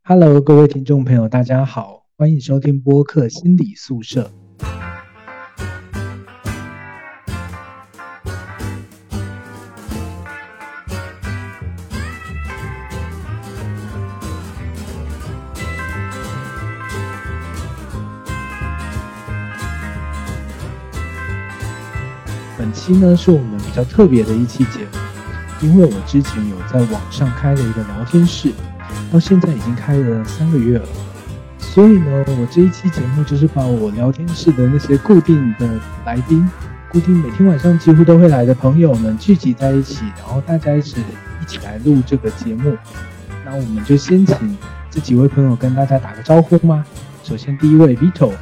Hello，各位听众朋友，大家好，欢迎收听播客心理宿舍。本期呢是我们比较特别的一期节目，因为我之前有在网上开了一个聊天室，到现在已经开了3个月了，所以呢，我这一期节目就是把我聊天室的那些固定的来宾，固定每天晚上几乎都会来的朋友们聚集在一起，然后大家一起来录这个节目。那我们就先请这几位朋友跟大家打个招呼吗？首先第一位 Vito。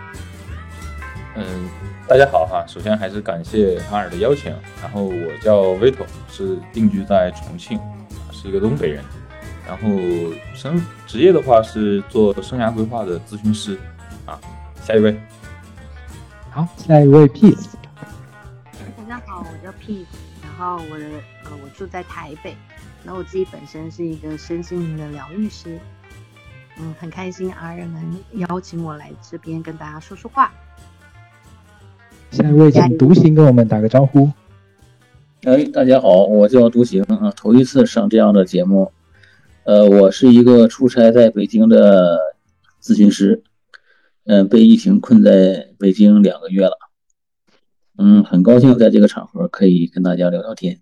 大家好哈，首先还是感谢阿尔的邀请。然后我叫 Vito， 是定居在重庆，是一个东北人。然后职业的话是做生涯规划的咨询师啊。下一位。 好，下一位 Peace。 大家好，我叫 Peace， 然后我住在台北，然后我自己本身是一个身心灵的疗愈师。很开心阿尔能邀请我来这边跟大家说说话。 下一位请独行跟我们打个招呼。 大家好，我叫独行啊，头一次上这样的节目。我是一个出差在北京的咨询师，被疫情困在北京2个月了。很高兴在这个场合可以跟大家聊聊天。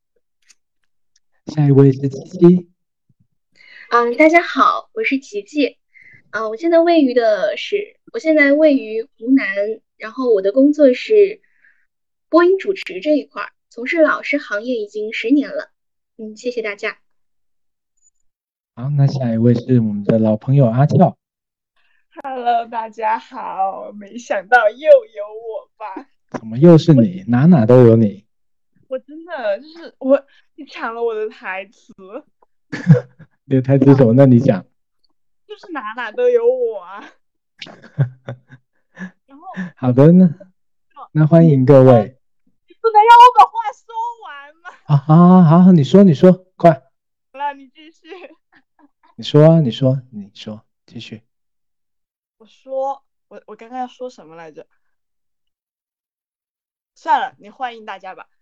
下一位是琪琪。 大家好，我是琪琪。我现在位于湖南，然后我的工作是播音主持这一块，从事老师行业已经10年了。谢谢大家。 好，那下一位是我们的老朋友阿俏。 Hello， 大家好，没想到又有我吧？ 怎么又是你？哪都有你。 我真的就是你抢了我的台词。 你的台词什么？那你讲。 就是哪都有我啊。然后好的呢，那欢迎各位。 你不能让我把话说完吗？ 好，你说，快。 好了，你继续。 你说，继续。 我刚刚要说什么来着？算了，你欢迎大家吧。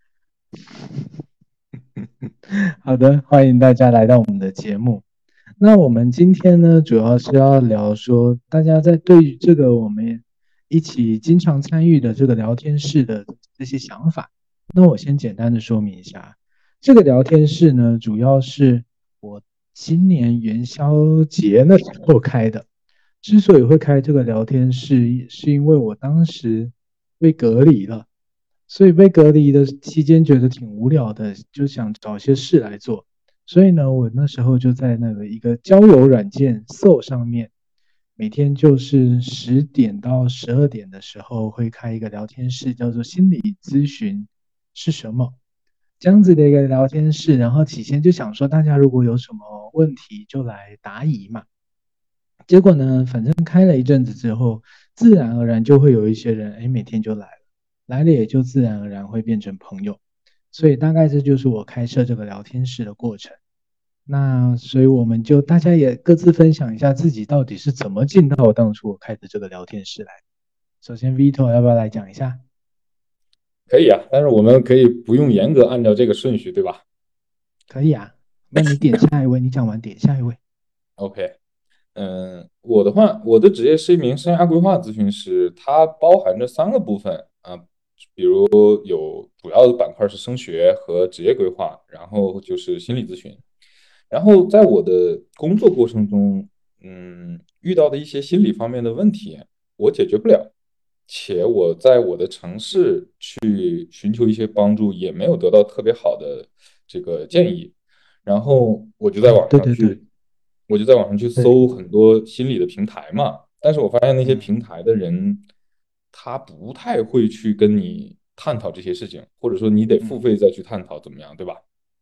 好的，欢迎大家来到我们的节目。那我们今天呢，主要是要聊说，大家在对于这个我们一起经常参与的这个聊天室的这些想法。那我先简单的说明一下，这个聊天室呢，主要是我今年元宵节那时候开的。之所以会开这个聊天室，是因为我当时被隔离了，所以被隔离的期间觉得挺无聊的，就想找些事来做。所以呢，我那时候就在那个一个交友软件 Soul 上面，每天就是10点到12点的时候会开一个聊天室，叫做心理咨询是什么这样子的一个聊天室。然后起先就想说，大家如果有什么问题就来答疑嘛。结果呢，反正开了一阵子之后，自然而然就会有一些人，每天就来了，来了也就自然而然会变成朋友。所以大概这就是我开设这个聊天室的过程。那所以我们就大家也各自分享一下自己到底是怎么进到当初我开的这个聊天室来。首先 Vito 要不要来讲一下？ 可以啊，但是我们可以不用严格按照这个顺序，对吧？ 可以啊，那你点下一位，你讲完点下一位。 OK。我的话，我的职业是一名生涯规划咨询师，它包含着3个部分啊，比如有主要的板块是升学和职业规划，然后就是心理咨询。然后在我的工作过程中，遇到的一些心理方面的问题，我解决不了，且我在我的城市去寻求一些帮助，也没有得到特别好的这个建议，然后我就在网上去。 对。 我就在网上去搜很多心理的平台嘛，但是我发现那些平台的人，他不太会去跟你探讨这些事情，或者说你得付费再去探讨怎么样，对吧？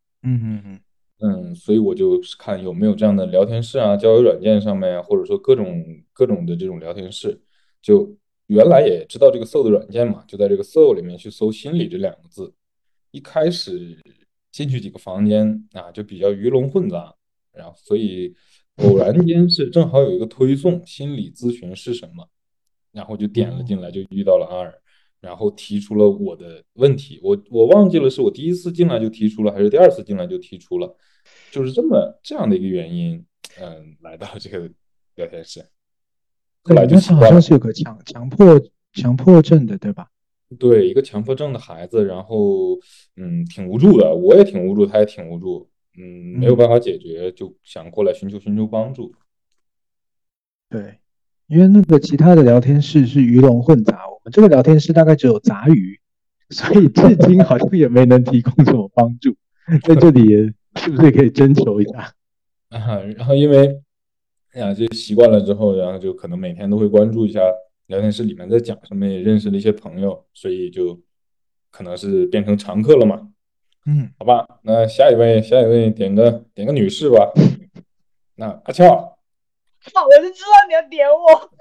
所以我就看有没有这样的聊天室啊，交友软件上面啊，或者说各种的这种聊天室。就原来也知道这个 Soul 的软件嘛，就在这个 Soul 里面去搜心理这2个字。一开始进去几个房间啊，就比较鱼龙混杂。然后，所以偶然间是正好有一个推送，心理咨询是什么，然后就点了进来， 哦， 就遇到了阿尔，然后提出了我的问题，我忘记了是我第一次进来就提出了，还是第二次进来就提出了，就是这样的一个原因，来到这个聊天室，后对， 来就那时候好习惯了。 像是有个强迫症的，对吧？ 对，一个强迫症的孩子，然后挺无助的，我也挺无助，他也挺无助，没有办嗯， 法解决，就想过来寻求帮助。 对，因为那个其他的聊天室是鱼龙混杂，我们这个聊天室大概只有杂鱼，所以至今好像也没能提供什么帮助。在这里也是不是可以征求一下？ 然后因为哎呀，就习惯了之后，然后就可能每天都会关注一下聊天室里面在讲什么，也认识了一些朋友，所以就可能是变成常客了嘛。 嗯， 好吧，那下一位点个女士吧。那阿俏。 好，我就知道你要点我。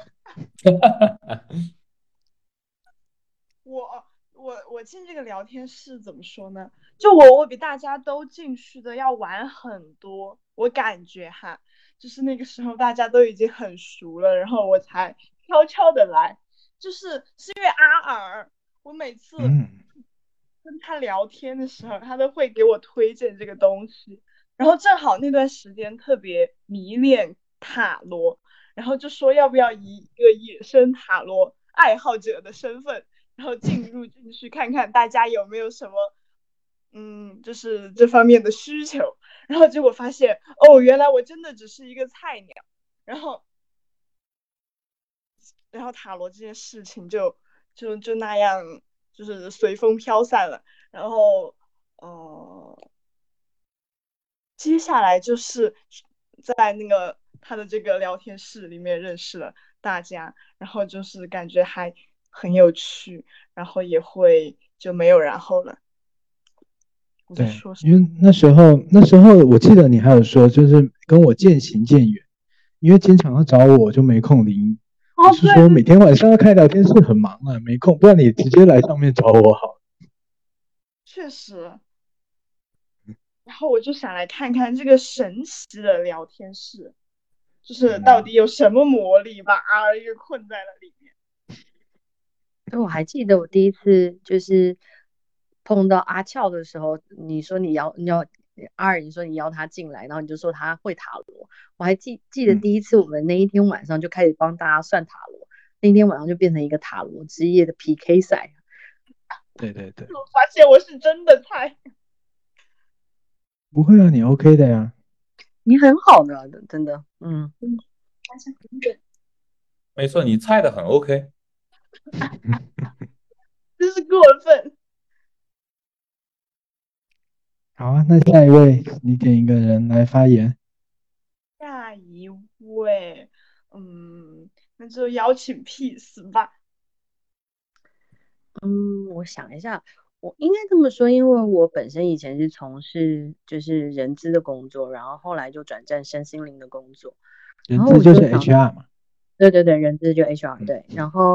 我进这个聊天室怎么说呢？就我比大家都进去的要晚很多，我感觉哈，就是那个时候大家都已经很熟了，然后我才悄悄的来，是因为阿尔，我每次嗯， 跟他聊天的时候，他都会给我推荐这个东西，然后正好那段时间特别迷恋塔罗，然后就说要不要以一个野生塔罗爱好者的身份。然后进去看看大家有没有什么，就是这方面的需求。然后结果发现，哦，原来我真的只是一个菜鸟。然后，塔罗这件事情就那样，就是随风飘散了。然后，接下来就是在那个他的这个聊天室里面认识了大家，然后就是感觉还很有趣，然后也会就没有然后了。我在对， 说什因为那时候我记得你还有说，就是跟我渐行渐远，因为经常要找我，我就没空理你。 么？哦， 我是对对， 说每天晚上要开聊天室很忙啊，没空，不然你直接来上面找我好了。 确实。然后我就想来看看这个神奇的聊天室，就是到嗯， 底有什么魔力把 R 给困在了里面。 我还记得我第一次就是碰到阿俏的时候，你说你要阿尔，你说你邀他进来，然后你就说他会塔罗。我还记得嗯， 第一次我们那一天晚上就开始帮大家算塔罗，那天晚上就变成一个塔罗之夜的 PK 赛。 对对对， 我发现我是真的菜。 不会啊，你 OK 的呀。 你很好的，真的，嗯。 发现很准。 没错，你猜的很 OK。 真是过分。 好啊，那下一位，你点一个人来发言。 下一位，那就邀请 Peace 吧。 我想一下，我应该这么说，因为我本身以前是从事就是人资的工作，然后后来就转战身心灵的工作，然后人资就是我就想， HR 嘛。 对对对，人资就 HR 嗯， 对，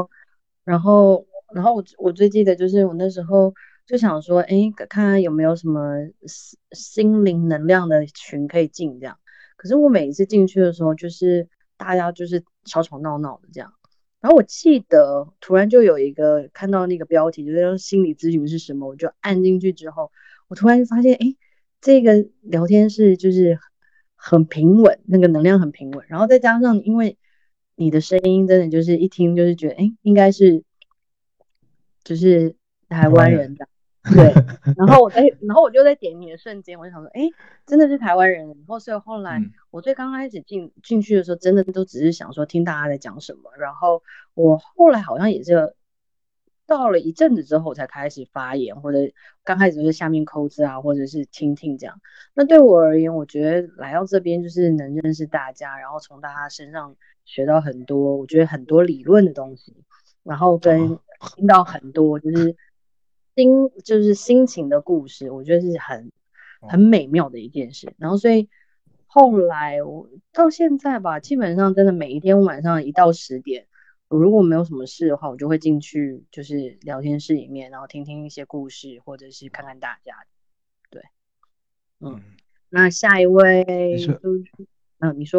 然后我最记得就是我那时候就想说，哎，看看有没有什么心灵能量的群可以进这样，可是我每一次进去的时候，就是大家就是吵吵闹闹的这样。然后我记得突然就有一个看到那个标题，就是说心理咨询是什么，我就按进去之后，我突然发现，哎，这个聊天室就是很平稳，那个能量很平稳，然后再加上因为你的声音真的就是一听就是觉得，哎，应该是就是台台湾人。 湾人的，对。然后我就在点你的瞬间，我就想说，哎，真的是台湾人。然后所以后来嗯， 我最刚开始进去的时候，真的都只是想说听大家在讲什么。然后我后来好像也是到了一阵子之后才开始发言，或者刚开始就是下面扣字啊，或者是听听这样。那对我而言，我觉得来到这边就是能认识大家，然后从大家身上学到很多，我觉得很多理论的东西，然后跟哦， 听到很多就是心情的故事，我觉得是很哦， 美妙的一件事。然后所以后来我到现在吧，基本上真的每一天晚上一到10点，我如果没有什么事的话，我就会进去就是聊天室里面，然后听听一些故事，或者是看看大家。对，嗯， 嗯， 那下一位没错。 就是，你说。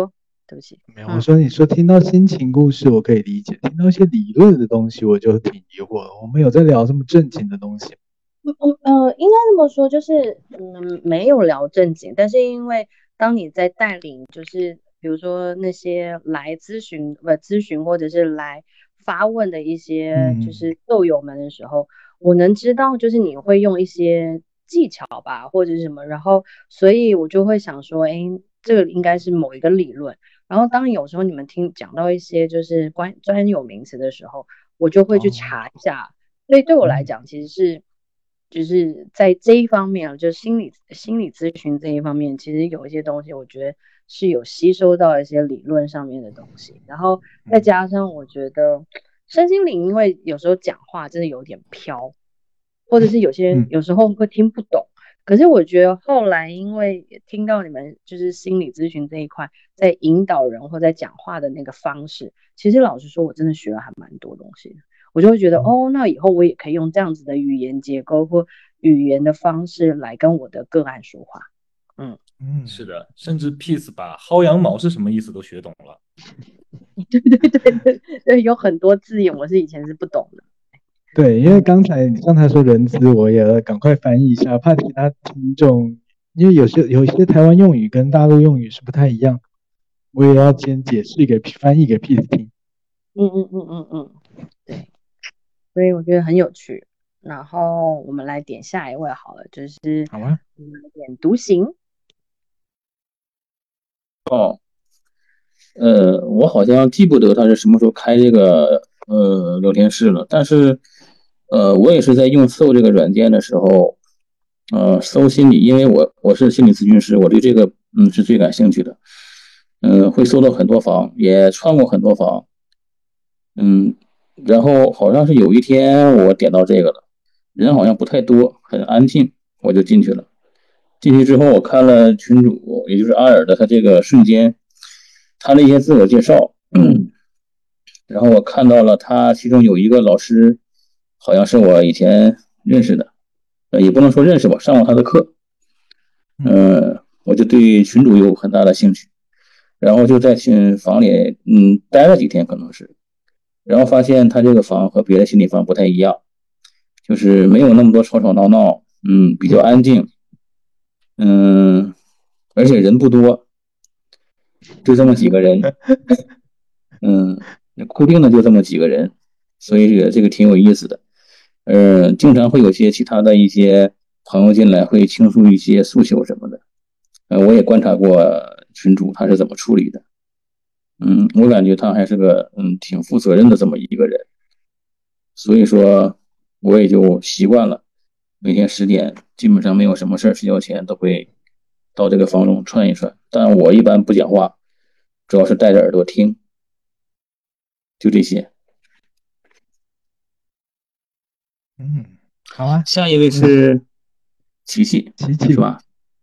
对不起。 没有，我说你说听到心情故事我可以理解，听到一些理论的东西我就挺疑惑的。我们有在聊这么正经的东西吗？ 应该这么说，就是没有聊正经，但是因为当你在带领，就是比如说那些来咨询或者是来发问的一些就是豆友们的时候，我能知道就是你会用一些技巧吧，或者是什么，然后所以我就会想说，哎，这个应该是某一个理论。然后当有时候你们讲到一些就是专有名词的时候，我就会去查一下。所以对我来讲，其实是就是在这一方面，就是心理咨询这一方面，其实有一些东西，我觉得是有吸收到一些理论上面的东西，然后再加上我觉得身心灵，因为有时候讲话真的有点飘，或者是有些人有时候会听不懂。可是我觉得后来，因为听到你们就是心理咨询这一块，在引导人或在讲话的那个方式，其实老实说，我真的学了还蛮多东西的。我就会觉得，哦，那以后我也可以用这样子的语言结构或语言的方式来跟我的个案说话。 是的，甚至 Peace 把薅羊毛是什么意思都学懂了。 对，有很多字眼我是以前是不懂的。 对，因为你刚才说人资，我也赶快翻译一下，怕其他听众，因为有一些台湾用语跟大陆用语是不太一样，我也要先翻译给 Peace 听。 对，所以我觉得很有趣。然后我们来点下一位好了，就是好啊， 我们来点独行。 我好像记不得他是什么时候开这个聊天室了，但是我也是在搜这个软件的时候，搜心理，因为我是心理咨询师，我对这个是最感兴趣的，会搜到很多房，也串过很多房，然后好像是有一天我点到这个了，人好像不太多，很安静，我就进去了。进去之后，我看了群主，也就是阿尔的他这个瞬间，他的一些自我介绍，然后我看到了他其中有一个老师，好像是我以前认识的，也不能说认识吧，上过他的课，我就对群主有很大的兴趣，然后就在房里待了几天，可能是，然后发现他这个房和别的心理房不太一样，就是没有那么多吵吵闹闹，比较安静，而且人不多，就这么几个人，固定的就这么几个人，所以这个挺有意思的。经常会有些其他的一些朋友进来，会倾诉一些诉求什么的。我也观察过群主他是怎么处理的。我感觉他还是个挺负责任的这么一个人，所以说我也就习惯了，每天10点基本上没有什么事儿，睡觉前都会到这个房中串一串。但我一般不讲话，主要是带着耳朵听，就这些。 好啊。 下一位是琪琪，是吧？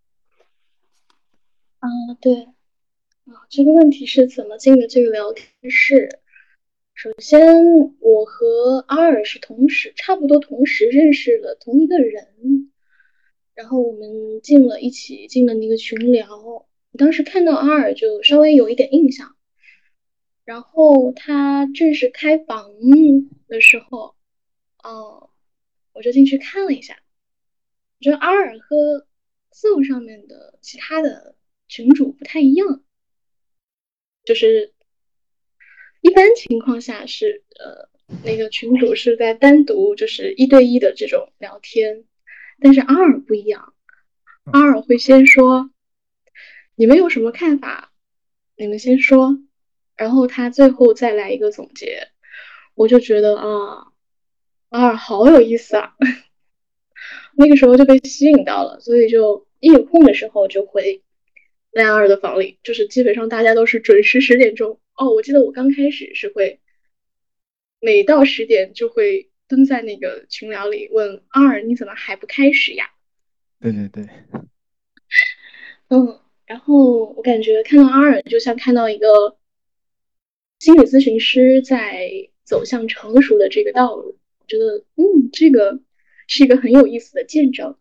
对，这个问题是怎么进的这个聊天室？首先，我和阿尔是差不多同时认识了同一个人，然后我们一起进了那个群聊。当时看到阿尔就稍微有一点印象，然后他正式开房的时候，我就进去看了一下。我觉得阿尔和Zoom上面的其他的群主不太一样，就是一般情况下是那个群主是在单独就是1对1的这种聊天，但是阿尔不一样，阿尔会先说你们有什么看法，你们先说，然后他最后再来一个总结。我就觉得阿尔好有意思啊，那个时候就被吸引到了，所以就一有空的时候就会在阿尔的房里，就是基本上大家都是准时10点钟。我记得我刚开始是会每到10点就会蹲在那个群聊里问阿尔你怎么还不开始呀？ 对对对， 然后我感觉看到阿尔就像看到一个心理咨询师在走向成熟的这个道路，我觉得这个是一个很有意思的见证。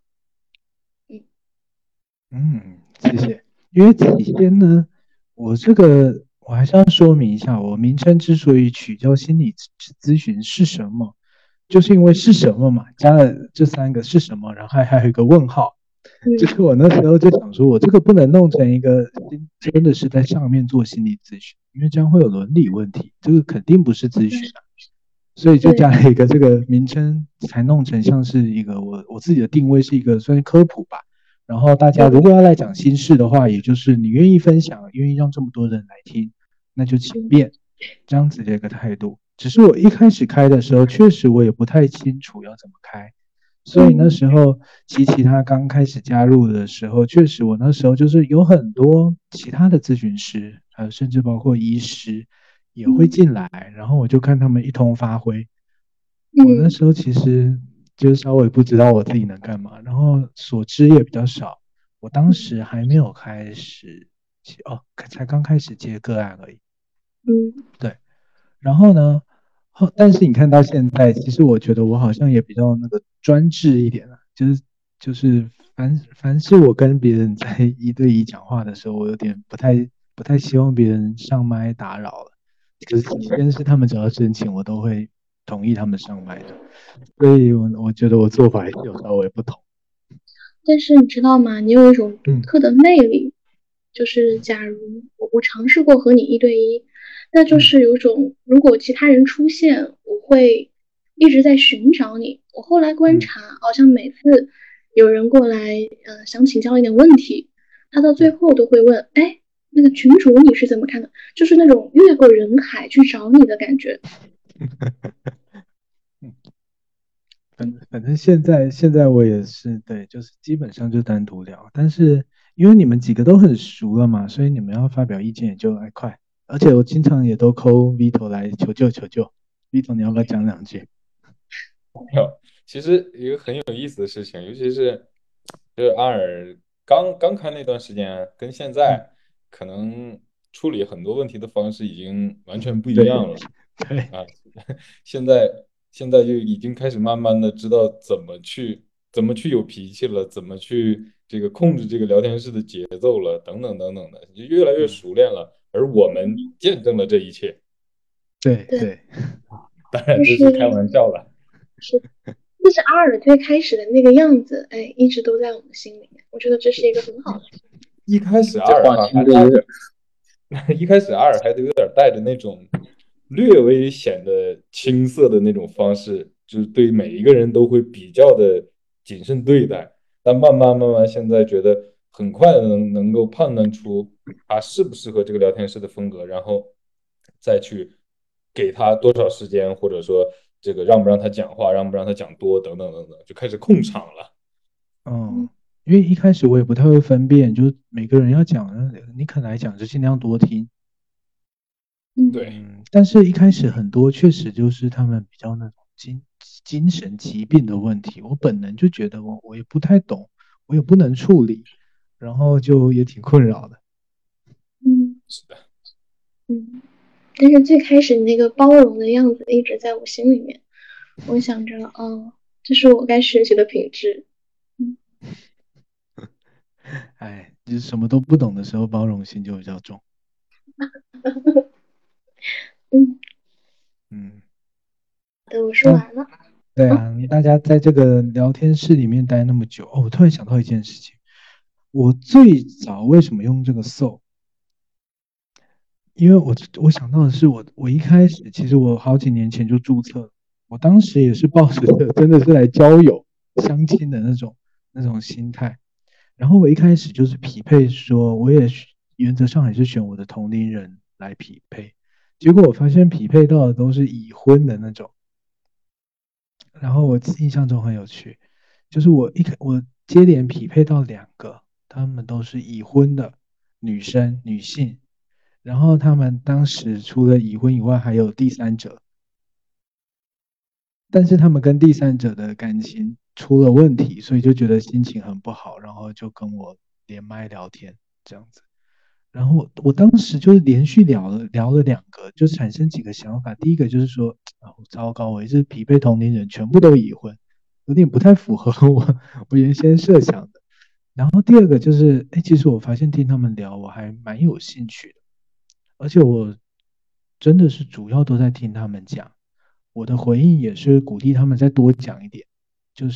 谢谢。因为起先呢，我我还是要说明一下，我名称之所以取叫心理咨询是什么，就是因为是什么嘛，加了这三个是什么，然后还有一个问号。就是我那时候就想说，我这个不能弄成一个真的是在上面做心理咨询，因为这样会有伦理问题，这个肯定不是咨询啊。所以就加了一个这个名称，才弄成像是一个我自己的定位是一个算是科普吧。然后大家如果要来讲心事的话，也就是你愿意分享，愿意让这么多人来听，那就请便，这样子的一个态度。只是我一开始开的时候，确实我也不太清楚要怎么开，所以那时候琪琪他刚开始加入的时候，确实我那时候就是有很多其他的咨询师，还有甚至包括医师也会进来，然后我就看他们一通发挥。我那时候其实就是稍微不知道我自己能干嘛，然后所知也比较少。我当时还没有开始才刚开始接个案而已。对。然后呢，但是你看到现在，其实我觉得我好像也比较那个专制一点了，就是凡是我跟别人在一对一讲话的时候，我有点不太希望别人上麦打扰了。可是即便是他们只要申请，我都会同意他们上麦的。所以我觉得我做法还是有稍微不同。 但是你知道吗？你有一种独特的魅力，就是假如我尝试过和你一对一，那就是有种如果其他人出现，我会一直在寻找你。我后来观察，好像每次有人过来，想请教一点问题，他到最后都会问，哎，那个群主你是怎么看的？就是那种越过人海去找你的感觉。 反正现在我也是对，就是基本上就单独聊，但是因为你们几个都很熟了嘛，所以你们要发表意见也就快。而且我经常也都call Vito 来求救。Vito 你要不要讲两句？ 其实一个很有意思的事情，尤其是就是阿尔刚开那段时间，跟现在可能处理很多问题的方式已经完全不一样了。 对啊，现在就已经开始慢慢的知道怎么去有脾气了，怎么去这个控制这个聊天室的节奏了，等等等等的，就越来越熟练了。而我们见证了这一切。 对， 当然这是开玩笑了。 是，这是阿尔最开始的那个样子，哎，一直都在我们心里面。我觉得这是一个很好的。 一开始阿尔还有点带着那种略微显得青涩的那种方式，就是对每一个人都会比较的谨慎对待。但慢慢，现在觉得很快的能够判断出他适不适合这个聊天室的风格，然后再去给他多少时间，或者说这个让不让他讲话，让不让他讲多，等等等等，就开始控场了。 因为一开始我也不太会分辨，就是每个人要讲，你肯来讲就尽量多听。 对， 但是一开始很多确实就是他们比较那种精神疾病的问题，我本能就觉得我也不太懂，我也不能处理，然后就也挺困扰的。 是的。 但是最开始那个包容的样子一直在我心里面，我想着，这是我该学习的品质。 就是什么都不懂的时候，包容心就比较重。 我说完了。 对啊，大家在这个聊天室里面待那么久，我突然想到一件事情，我最早为什么用这个 soul？因为我想到的是我一开始其实我好几年前就注册了，我当时也是抱着真的是来交友相亲的那种心态，然后我一开始就是匹配说我也原则上还是选我的同龄人来匹配，结果我发现匹配到的都是已婚的那种，然后我印象中很有趣，就是我接连匹配到2个，他们都是已婚的女性。然后他们当时除了已婚以外，还有第三者，但是他们跟第三者的感情出了问题，所以就觉得心情很不好，然后就跟我连麦聊天这样子。然后我当时就是连续聊了2个，就产生几个想法。第一个就是说，糟糕，我一直匹配同龄人全部都已婚，有点不太符合我原先设想的。然后第二个就是，其实我发现听他们聊，我还蛮有兴趣的。 而且我真的是主要都在听他们讲，我的回应也是鼓励他们再多讲一点。就是，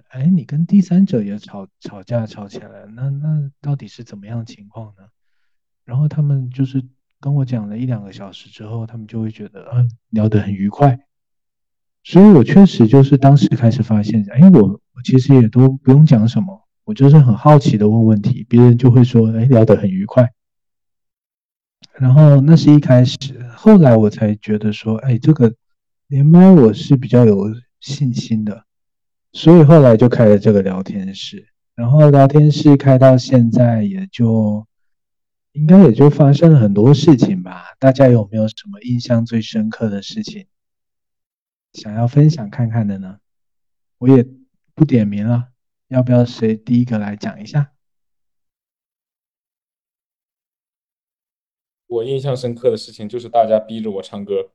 哎，你跟第三者也吵架吵起来了，那到底是怎么样的情况呢？然后他们就是跟我讲了一两个小时之后，他们就会觉得，聊得很愉快。所以我确实就是当时开始发现，哎，我其实也都不用讲什么，我就是很好奇的问问题，别人就会说，哎，聊得很愉快。然后那是一开始，后来我才觉得说，哎，这个连麦我是比较有信心的，所以后来就开了这个聊天室。然后聊天室开到现在，应该也就发生了很多事情吧。大家有没有什么印象最深刻的事情想要分享看看的呢？我也不点名了，要不要谁第一个来讲一下？ 我印象深刻的事情就是大家逼着我唱歌。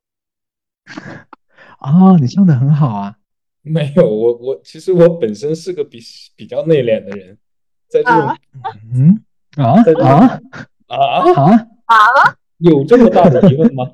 哦，你唱的很好啊。 没有，其实我本身是个比较内敛的人，在这种嗯啊在这种啊啊啊！ 有这么大的疑问吗？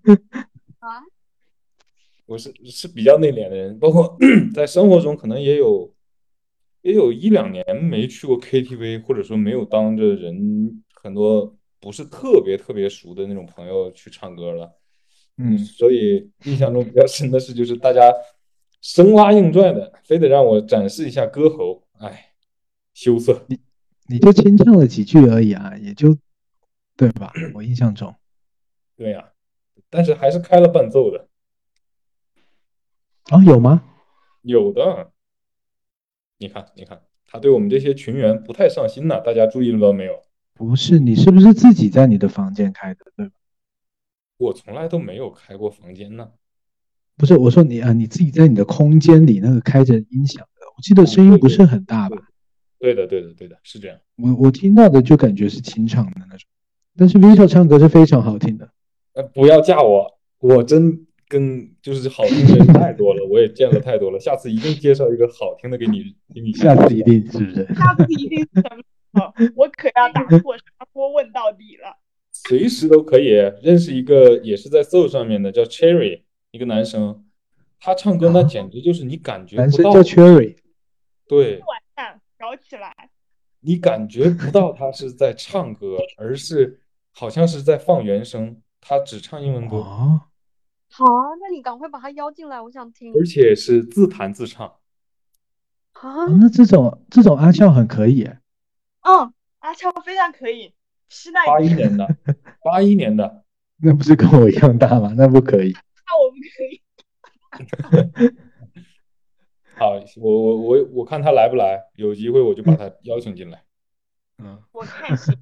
我是比较内敛的人，包括在生活中可能也有一两年没去过 KTV，或者说没有当着人很多不是特别特别熟的那种朋友去唱歌了。所以印象中比较深的是，就是大家生拉硬拽的，非得让我展示一下歌喉，哎，羞涩。 你就清唱了几句而已啊，也就对吧？我印象中， 对呀，但是还是开了伴奏的。 哦，有吗？ 有的，你看，你看，他对我们这些群员不太上心呢，大家注意了没有？ 不是，你是不是自己在你的房间开的，对吧？ 我从来都没有开过房间呢。 不是，我说你啊，你自己在你的空间里那个开着音响的，我记得声音不是很大吧？ 对的，对的，对的，是这样。 我听到的就感觉是清唱的那种，但是 Vito 唱歌是非常好听的。 不要架我，我真就是好听的人太多了，我也见了太多了，下次一定介绍一个好听的给你下次一定是不是？ 下次一定是什么？我可要打破砂锅问到底了。 随时都可以认识一个也是在 Soul 上面的，叫 Cherry， 一个男生，他唱歌那简直就是你感觉不到。 男生叫 Cherry， 对， 晚上搞起来， 你感觉不到他是在唱歌，而是好像是在放原声，他只唱英文歌。 哦， 好啊，那你赶快把他邀进来，我想听。 而且是自弹自唱。 啊， 那这种阿俏很可以耶。 阿俏非常可以。 81年的，81年的， 那不是跟我一样大吗？那不可以。 那我们可以。 好，我看他来不来，有机会我就把他邀请进来。 我看行。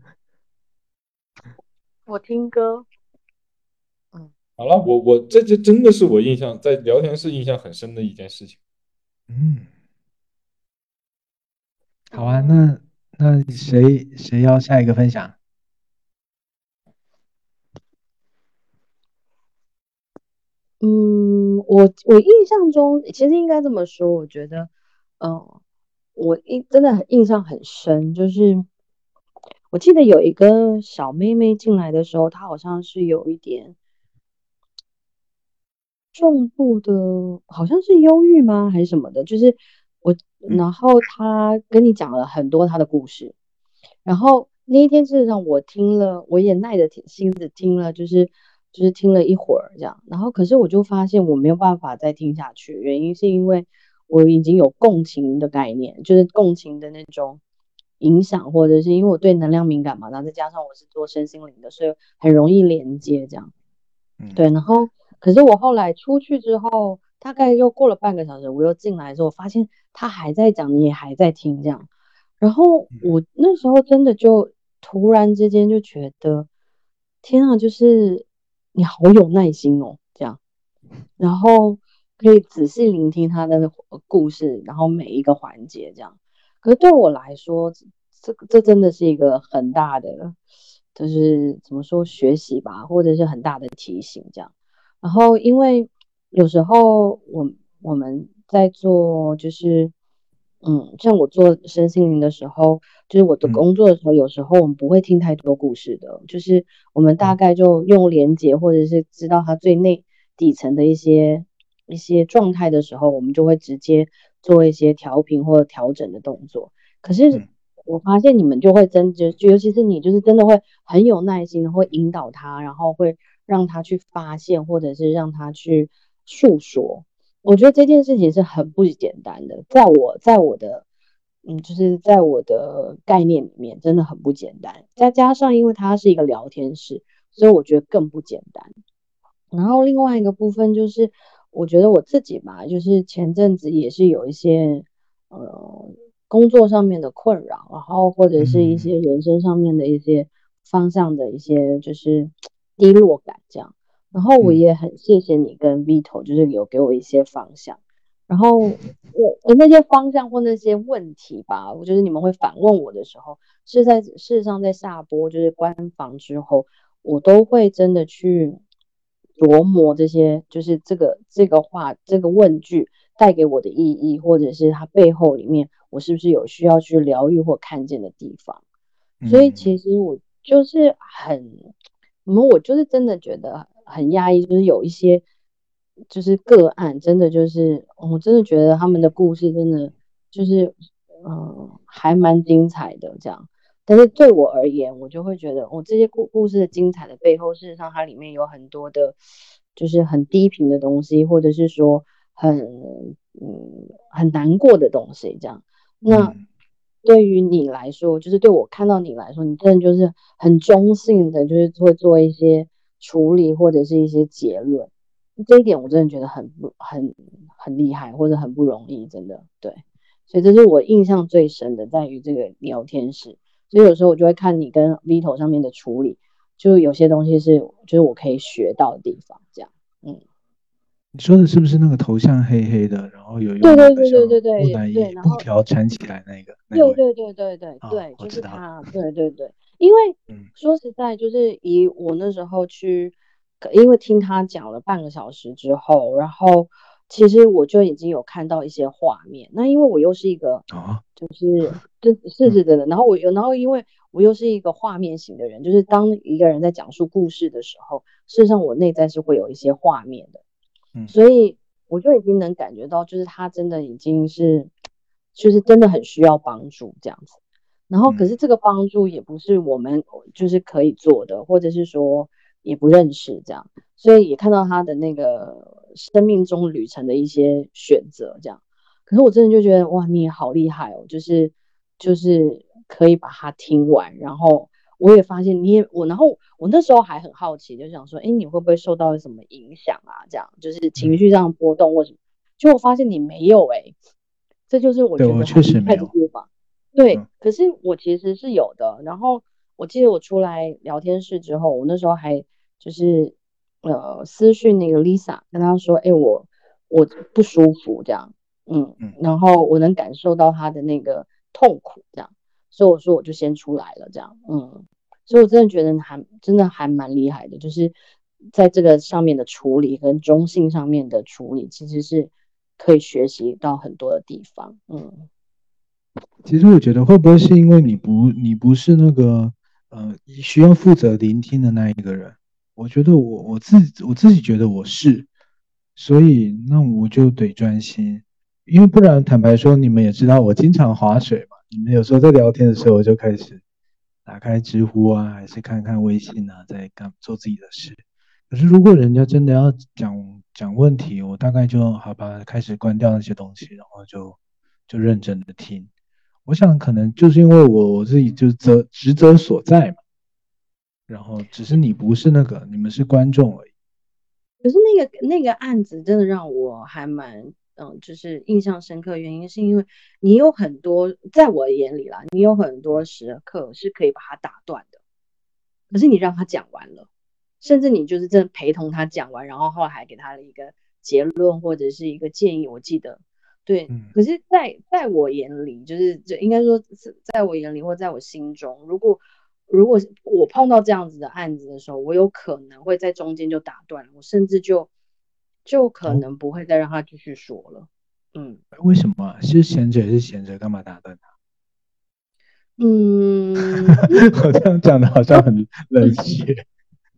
我听歌。 好了，这真的是我印象在聊天室印象很深的一件事情。 好啊，那谁要下一个分享？ 我印象中，其实应该这么说，我觉得，我真的印象很深，就是我记得有一个小妹妹进来的时候，她好像是有一点重度的，好像是忧郁吗，还是什么的？就是然后她跟你讲了很多她的故事，然后那一天事实上我听了，我也耐着性子听了，就是听了一会儿这样，然后可是我就发现我没有办法再听下去，原因是因为我已经有共情的概念，就是共情的那种影响，或者是因为我对能量敏感嘛，然后再加上我是做身心灵的，所以很容易连接这样。对，然后可是我后来出去之后，大概又过了半个小时，我又进来之后，发现他还在讲，你也还在听这样。然后我那时候真的就突然之间就觉得，天啊，就是你好有耐心哦，这样，然后可以仔细聆听他的故事，然后每一个环节这样。可是对我来说，这真的是一个很大的，就是怎么说学习吧，或者是很大的提醒这样。然后因为有时候我们在做就是像我做身心灵的时候，就是我的工作的时候，有时候我们不会听太多故事的，就是我们大概就用连结或者是知道它最底层的一些状态的时候，我们就会直接做一些调频或者调整的动作。可是我发现你们就会尤其是你就是真的会很有耐心，会引导他，然后会让他去发现，或者是让他去诉说。我觉得这件事情是很不简单的，在我的就是在我的概念里面真的很不简单。再加上因为它是一个聊天室，所以我觉得更不简单。然后另外一个部分就是，我觉得我自己吧，就是前阵子也是有一些工作上面的困扰，然后或者是一些人生上面的一些方向的一些就是低落感这样。然后我也很谢谢你跟 Vito，就是有给我一些方向。然后我那些方向或那些问题吧，我就是你们会反问我的时候，事实上在下播就是官方之后，我都会真的去琢磨这些，就是这个这个问句带给我的意义，或者是它背后里面我是不是有需要去疗愈或看见的地方。所以其实我就是我就是真的觉得很压抑，就是有一些就是个案，真的就是我真的觉得他们的故事真的就是还蛮精彩的这样。但是对我而言，我就会觉得，这些故事的精彩的背后，事实上它里面有很多的，就是很低频的东西，或者是说很难过的东西，这样。那对于你来说，就是对我看到你来说，你真的就是很中性的，就是会做一些处理或者是一些结论。这一点我真的觉得很厉害，或者很不容易，真的对。所以这是我印象最深的，在于这个聊天室。所以有时候我就会看你跟 Vito 上面的处理，就有些东西就是我可以学到的地方，这样。 你说的是不是那个头像黑黑的，然后有用对那个像木乃对， 伊然后布条缠起来那个那位？ 对， 我知道。 就是他，对，因为说实在，就是以我那时候因为听他讲了半个小时之后，然后其实我就已经有看到一些画面。那因为我又是一个是的，然后因为我又是一个画面型的人，就是当一个人在讲述故事的时候，事实上我内在是会有一些画面的。所以我就已经能感觉到，就是他真的已经是，就是真的很需要帮助这样子。然后，可是这个帮助也不是我们就是可以做的，或者是说也不认识这样，所以也看到他的那个生命中旅程的一些选择这样。可是我真的就觉得哇，你也好厉害哦，就是可以把它听完，然后我也发现然后我那时候还很好奇，就想说，哎，你会不会受到什么影响啊？这样就是情绪上波动或什么？结果我发现你没有这就是我觉得很厉害的地方。对，可是我其实是有的。然后我记得我出来聊天室之后，我那时候还就是私讯那个 Lisa，跟她说，哎，我不舒服这样，然后我能感受到她的那个痛苦这样。所以我说我就先出来了，这样，所以我真的觉得真的还蛮厉害的，就是在这个上面的处理跟中性上面的处理，其实是可以学习到很多的地方， 其实我觉得会不会是因为你不是那个需要负责聆听的那一个人？我觉得我自己觉得我是，所以那我就得专心，因为不然坦白说，你们也知道我经常划水嘛。你们有时候在聊天的时候，我就开始打开知乎啊，还是看看微信啊，在做自己的事。可是如果人家真的要讲问题，我大概就好吧，开始关掉那些东西，然后就认真的听。我想可能就是因为我自己就是职责所在嘛，然后只是你不是那个，你们是观众而已。 可是那个案子真的让我还蛮就是印象深刻，原因是因为你有很多，在我眼里啦，你有很多时刻是可以把它打断的，可是你让他讲完了，甚至你就是真的陪同他讲完，然后后来还给他了一个结论或者是一个建议，我记得。对，可是在我眼里，就应该说在我眼里或在我心中，如果我碰到这样子的案子的时候，我有可能会在中间就打断了，我甚至就可能不会再让他继续说了。 为什么啊？是闲着也是闲着，干嘛打断他？我这样讲的好像很冷血。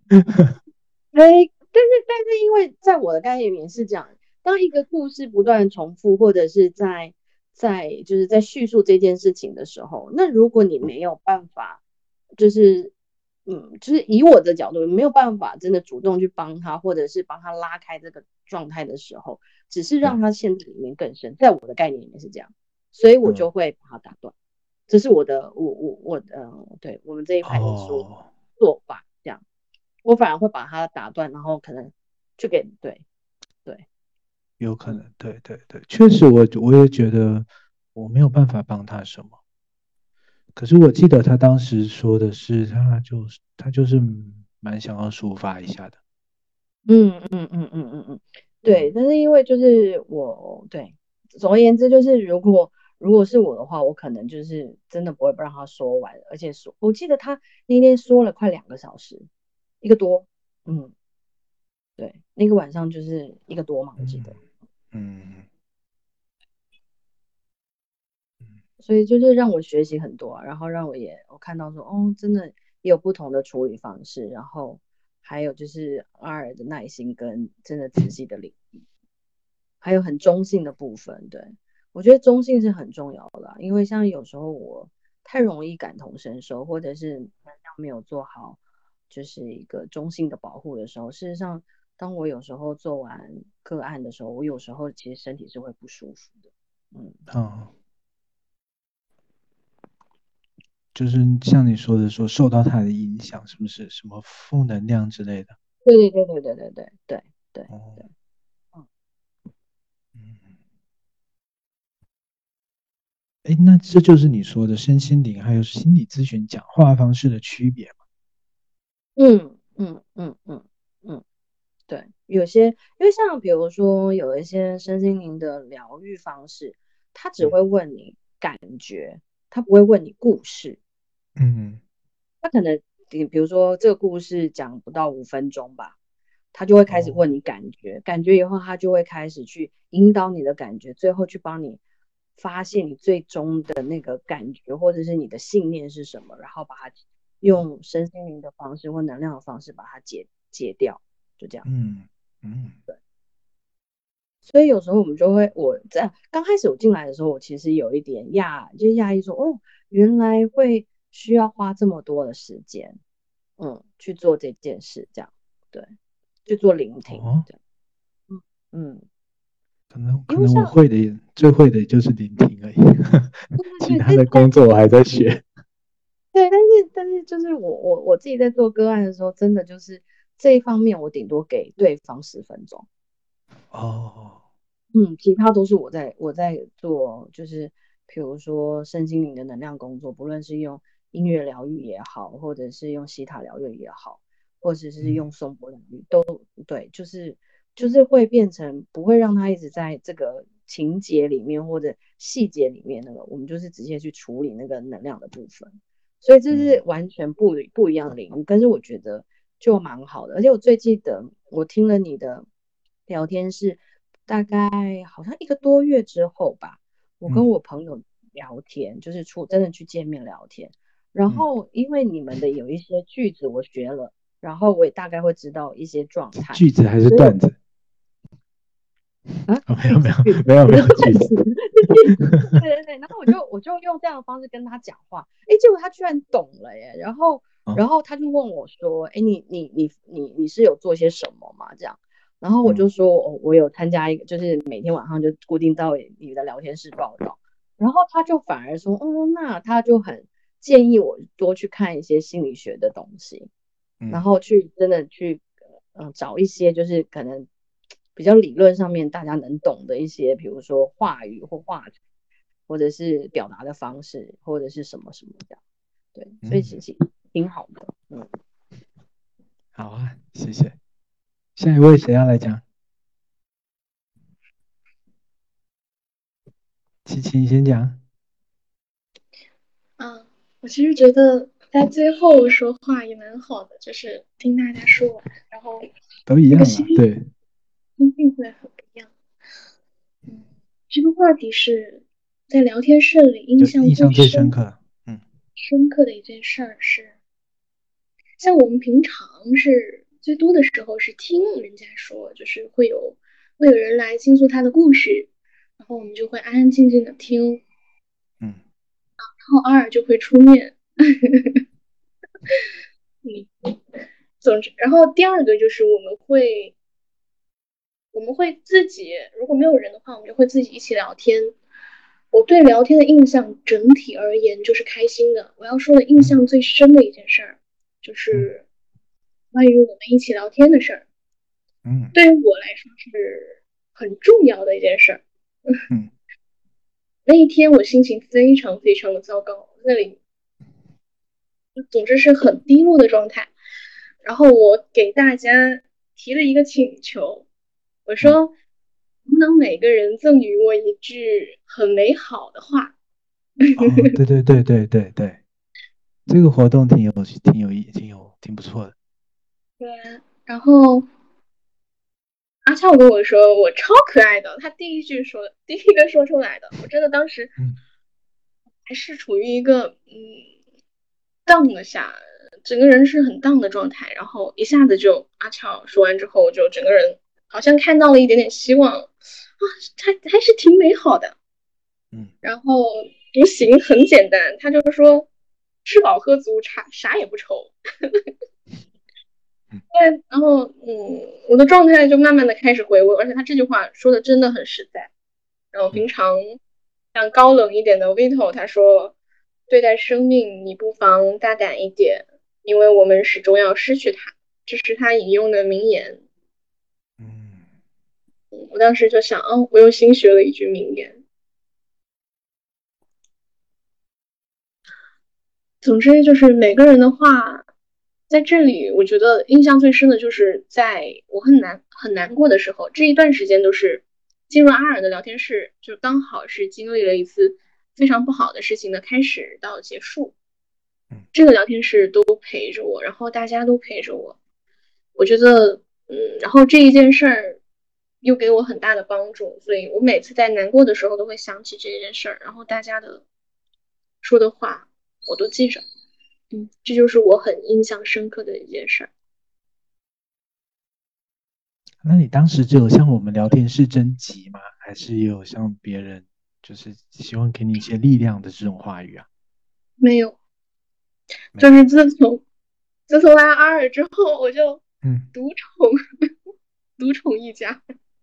但是因为在我的概念里面是这样，当一个故事不断重复，或者是就是在叙述这件事情的时候，那如果你没有办法，就是就是以我的角度，没有办法真的主动去帮他，或者是帮他拉开这个状态的时候，只是让他陷在里面更深，在我的概念里面是这样，所以我就会把他打断。这是我的对我们这一派的做法这样。我反而会把它打断，然后可能去给对， 有可能，对，确实我也觉得我没有办法帮他什么。可是我记得他当时说的是，他就是蛮想要抒发一下的。 对。但是因为就是对，总而言之就是如果是我的话，我可能就是真的不会不让他说完，而且我记得他那天说了快2个小时，1个多，对，那个晚上就是1个多嘛，我记得，所以就是让我学习很多啊，然后让我看到说，真的也有不同的处理方式，然后还有就是R的耐心跟真的仔细的领域，还有很中性的部分。对，我觉得中性是很重要的，因为像有时候我太容易感同身受，或者是没有做好就是一个中性的保护的时候，事实上当我有时候做完个案的时候，我有时候其实身体是会不舒服的。 就是像你说的受到他的影响，是不是什么负能量之类的？ 对。 那这就是你说的身心灵还有心理咨询讲话方式的区别吗？ 对，有些因为像比如说有一些身心灵的疗愈方式，他只会问你感觉，他不会问你故事。他可能比如说这个故事讲不到5分钟吧，他就会开始问你感觉，感觉以后他就会开始去引导你的感觉，最后去帮你发现你最终的那个感觉或者是你的信念是什么，然后把它用身心灵的方式或能量的方式把它解掉，就这样。对。所以有时候我们就会，我在刚开始我进来的时候，我其实有一点讶异说，原来会需要花这么多的时间，去做这件事，这样，对，去做聆听，这样， 可能我最会的就是聆听而已，其他的工作我还在学。 对，但是就是我自己在做个案的时候，真的就是这一方面，我顶多给对方10分钟。其他都是我在做，就是比如说身心灵的能量工作，不论是用音乐疗愈也好，或者是用西塔疗愈也好，或者是用颂钵疗愈，都对，就是会变成不会让他一直在这个情节里面或者细节里面，我们就是直接去处理那个能量的部分，所以这是完全不一样的领域，但是我觉得就蛮好的，而且我最记得我听了你的聊天是大概好像1个多月之后吧，我跟我朋友聊天，就是真的去见面聊天，然后因为你们的有一些句子我学了，然后我也大概会知道一些状态。 句子还是段子？没有句子。 对，然后我就用这样的方式跟他讲话，结果他居然懂了耶，然后他就问我说，你是有做些什么吗？这样。然后我就说，我有参加一个，就是每天晚上就固定到你的聊天室报道。然后他就反而说，那他就很建议我多去看一些心理学的东西，然后真的去找一些就是可能比较理论上面大家能懂的一些，比如说话语或话题，或者是表达的方式，或者是什么什么这样。对，所以其实挺好的。 好啊，谢谢。下一位谁要来讲？琪琪先讲。 我其实觉得在最后说话也蛮好的，就是听大家说完，然后都一样嘛，对， 心境会很不一样。 这个话题是在聊天室里印就是象印象最深深刻。 深刻的一件事儿是，像我们平常是最多的时候是听人家说，就是会有人来倾诉他的故事，然后我们就会安安静静的听， 嗯然后二就会出面。总之，然后第二个就是我们会自己，如果没有人的话，我们就会自己一起聊天。我对聊天的印象整体而言就是开心的。我要说的印象最深的一件事儿，就是关于我们一起聊天的事儿。对于我来说是很重要的一件事儿。那一天我心情非常非常的糟糕，那里总之是很低落的状态。然后我给大家提了一个请求，我说能不能每个人赠予我一句很美好的话？ 哦，对对对对对对，这个活动挺不错的。 对，然后阿俏跟我说我超可爱的，他第一个说出来的，我真的当时还是处于一个荡了下，整个人是很荡的状态，然后一下子就阿俏说完之后，我就整个人好像看到了一点点希望啊，还是挺美好的。然后独行很简单，他就是说吃饱喝足，啥也不愁。对，然后我的状态就慢慢的开始回温，而且他这句话说的真的很实在。然后平常像高冷一点的 Vito 他说，对待生命你不妨大胆一点，因为我们始终要失去它，这是他引用的名言。我当时就想，我又新学了一句名言。总之就是每个人的话，在这里我觉得印象最深的就是在我很难过的时候，这一段时间都是进入阿尔的聊天室，就刚好是经历了一次非常不好的事情的开始到结束。这个聊天室都陪着我，然后大家都陪着我，我觉得然后这一件事儿又给我很大的帮助，所以我每次在难过的时候都会想起这件事儿，然后大家的说的话我都记着。这就是我很印象深刻的一件事儿。 那你当时只有向我们聊天室征集吗？还是也有向别人，就是希望给你一些力量的这种话语啊？ 没有，就是自从来阿尔之后，我就独宠一家。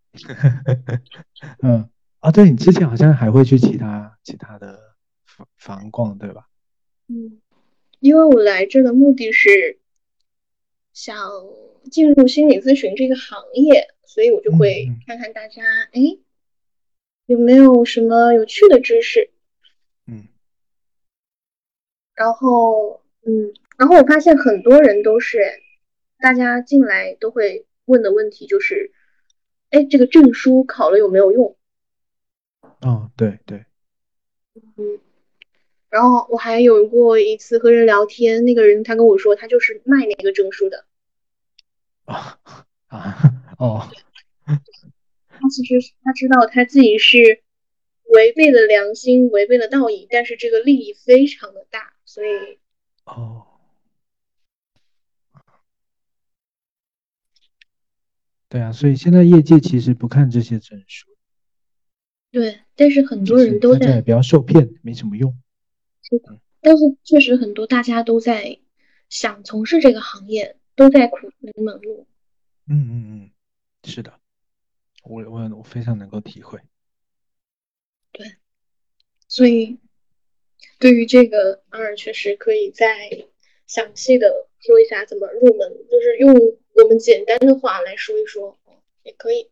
对，你之前好像还会去其他的房逛，对吧？ 因为我来这的目的是想进入心理咨询这个行业，所以我就会看看大家有没有什么有趣的知识。然后我发现很多人都是大家进来都会问的问题就是这个证书考了有没有用？ 对对。 然后我还有过一次和人聊天，那个人他跟我说他就是卖那个证书的。他其实他知道他自己是违背了良心，违背了道义，但是这个利益非常的大，所以对啊，所以现在业界其实不看这些证书。 对，但是很多人都在， 大家也不要受骗，没什么用。 但是确实很多大家都在想从事这个行业，都在苦寻门路。 是的，我非常能够体会。 对，所以对于这个确实可以再详细的说一下怎么入门，就是用我们简单的话来说一说也可以。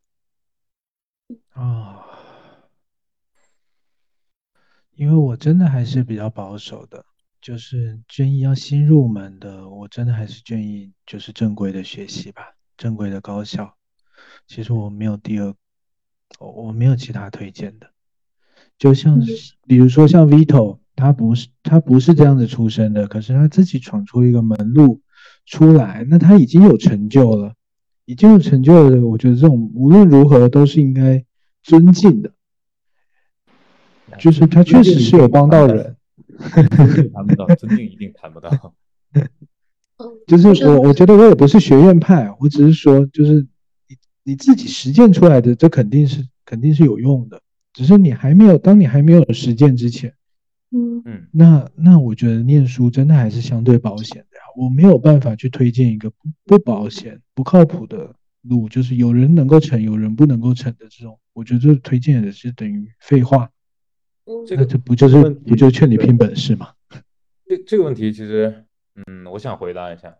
因为我真的还是比较保守的，就是建议要新入门的，我真的还是建议就是正规的学习吧，正规的高校。其实我没有我没有其他推荐的。就像比如说像 Vito， 他不是这样子出身的，可是他自己闯出一个门路出来，那他已经有成就了，我觉得这种无论如何都是应该尊敬的。 就是他确实是有帮到人。 谈不到，尊敬一定谈不到。 就是我觉得我也不是学院派，我只是说，就是你自己实践出来的，这肯定是有用的，只是当你还没有实践之前，那我觉得念书真的还是相对保险的呀。我没有办法去推荐一个不保险、不靠谱的路，就是有人能够成，有人不能够成的这种，我觉得这推荐的是等于废话。那这不就是劝你拼本事吗？ 这个问题其实，我想回答一下。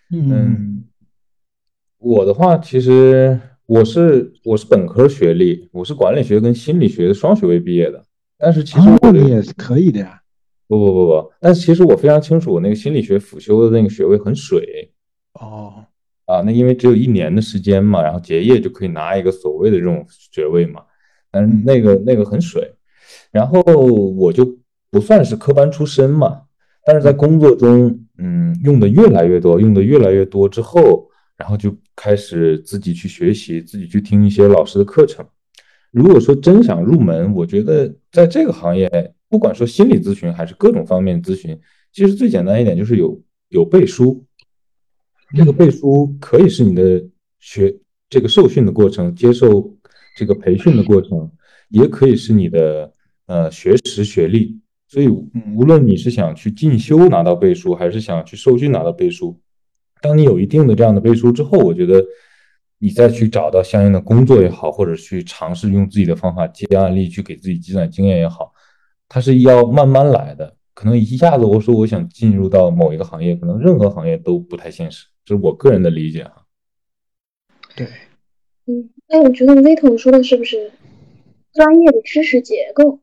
我的话，其实我是本科学历，我是管理学跟心理学的双学位毕业的。但是其实你也是可以的呀。 不，但是其实我非常清楚，我那个心理学辅修的那个学位很水。那因为只有1年的时间嘛，然后结业就可以拿一个所谓的这种学位嘛，但是那个很水。然后我就不算是科班出身嘛，但是在工作中，用的越来越多之后，然后就开始自己去学习，自己去听一些老师的课程。如果说真想入门，我觉得在这个行业，不管说心理咨询还是各种方面咨询，其实最简单一点就是有背书。这个背书可以是你的这个受训的过程，接受这个培训的过程，也可以是你的学识学历。所以无论你是想去进修拿到背书，还是想去受训拿到背书，当你有一定的这样的背书之后，我觉得你再去找到相应的工作也好，或者去尝试用自己的方法接案例去给自己积攒经验也好，它是要慢慢来的。可能一下子我说我想进入到某一个行业，可能任何行业都不太现实，这是我个人的理解哈。 对， 我觉得 Vito 说的是不是专业的知识结构？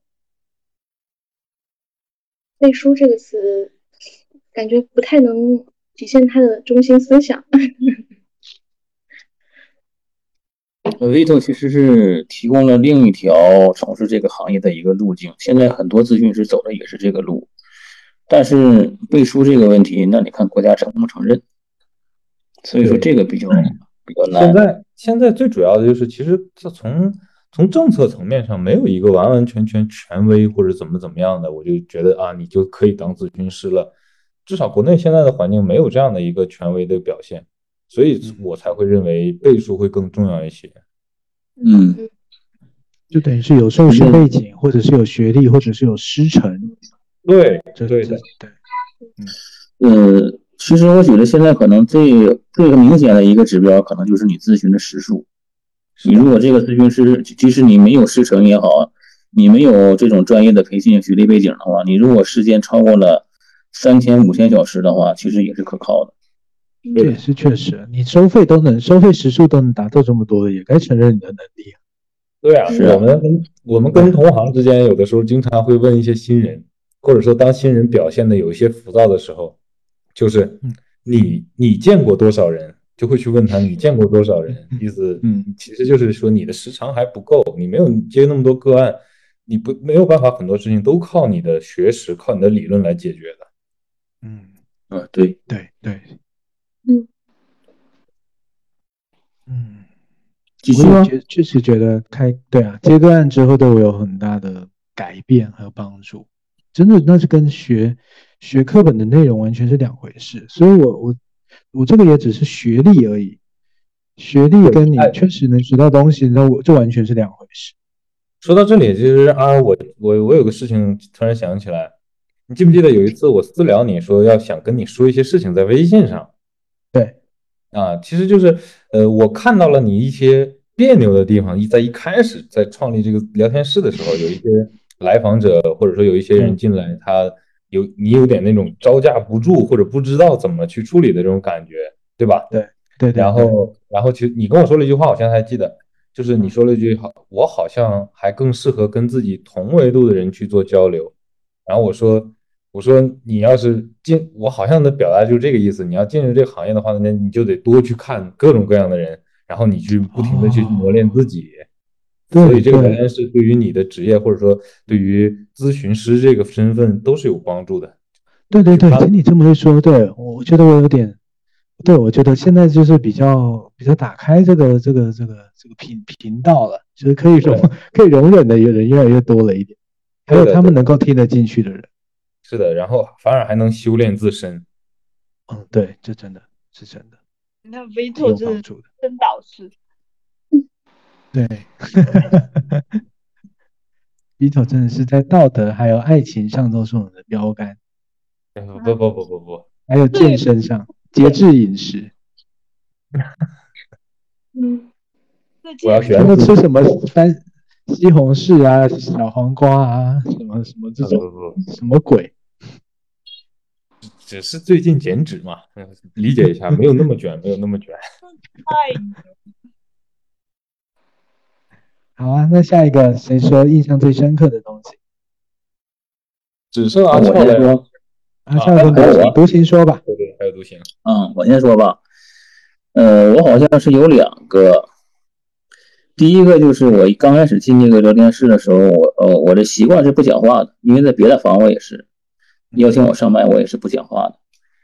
背书这个词感觉不太能体现他的中心思想。 Vito 其实是提供了另一条从事这个行业的一个路径，现在很多咨询师走的也是这个路，但是背书这个问题，那你看国家承不承认？所以说这个比较难。 现在最主要的就是，其实从政策层面上，没有一个完完全全权威或者怎么样的，我就觉得你就可以当咨询师了。至少国内现在的环境没有这样的一个权威的表现，所以我才会认为背书会更重要一些。 就等于是有受训背景，或者是有学历，或者是有师承。 对。 其实我觉得现在可能最明显的一个指标，可能就是你咨询的时数。你如果这个咨询师，即使你没有师承也好，你没有这种专业的培训学历背景的话，你如果时间超过了3000、5000小时的话，其实也是可靠的。 这也是确实，你收费时数都能达到这么多的，也该承认你的能力。 对啊，我们跟同行之间有的时候经常会问一些新人，或者说当新人表现的有一些浮躁的时候，就是你见过多少人，就会去问他你见过多少人，意思其实就是说你的时长还不够，你没有接那么多个案，你没有办法很多事情都靠你的学识，靠你的理论来解决的。 对。 我确实觉得接个案之后对我有很大的改变和帮助，真的那是跟学课本的内容完全是两回事，所以我这个也只是学历而已，学历跟你确实能学到东西，那这完全是两回事。 说到这里，其实我有个事情突然想起来，你记不记得有一次我私聊你说想跟你说一些事情在微信上？ 对。 其实就是我看到了你一些别扭的地方，在一开始在创立这个聊天室的时候，有一些来访者或者说有一些人进来，你有点那种招架不住或者不知道怎么去处理的这种感觉，对吧？ 对。 然后其实你跟我说了一句话，我现在还记得，就是你说了一句我好像还更适合跟自己同维度的人去做交流。然后我说你要是我好像的表达就是这个意思，你要进入这个行业的话，那你就得多去看各种各样的人，然后你去不停的去磨练自己。所以这个聊天室对于你的职业或者说对于咨询师这个身份都是有帮助的。 对，听你这么一说，对，我觉得我有点，我觉得现在就是比较打开这个频道了，就是可以容忍的人越来越多了一点。 还有对的对他们能够听得进去的人。 是的，然后反而还能修炼自身。 对，这真的是真的那挺 Vito 有真的帮助的。 真导师。 对，Vito 真的是在道德还有爱情上都是我们的标杆， 不， 还有健身上节制饮食。 嗯， 我要最近他选主。 们吃什么西红柿啊、小黄瓜啊，什么什么这种不， 什么鬼？ 只是最近减脂嘛，理解一下，没有那么卷，没有那么卷。 太好啊，那下一个谁说印象最深刻的东西？ 只剩我阿俏了呀。 先说， 下一个还有我， 独行说吧。 对，还有独行。 我先说吧。我好像是有2个。第一个就是我刚开始进这个聊天室的时候，我的习惯是不讲话的，因为在别的房我也是邀请我上麦，我也是不讲话的。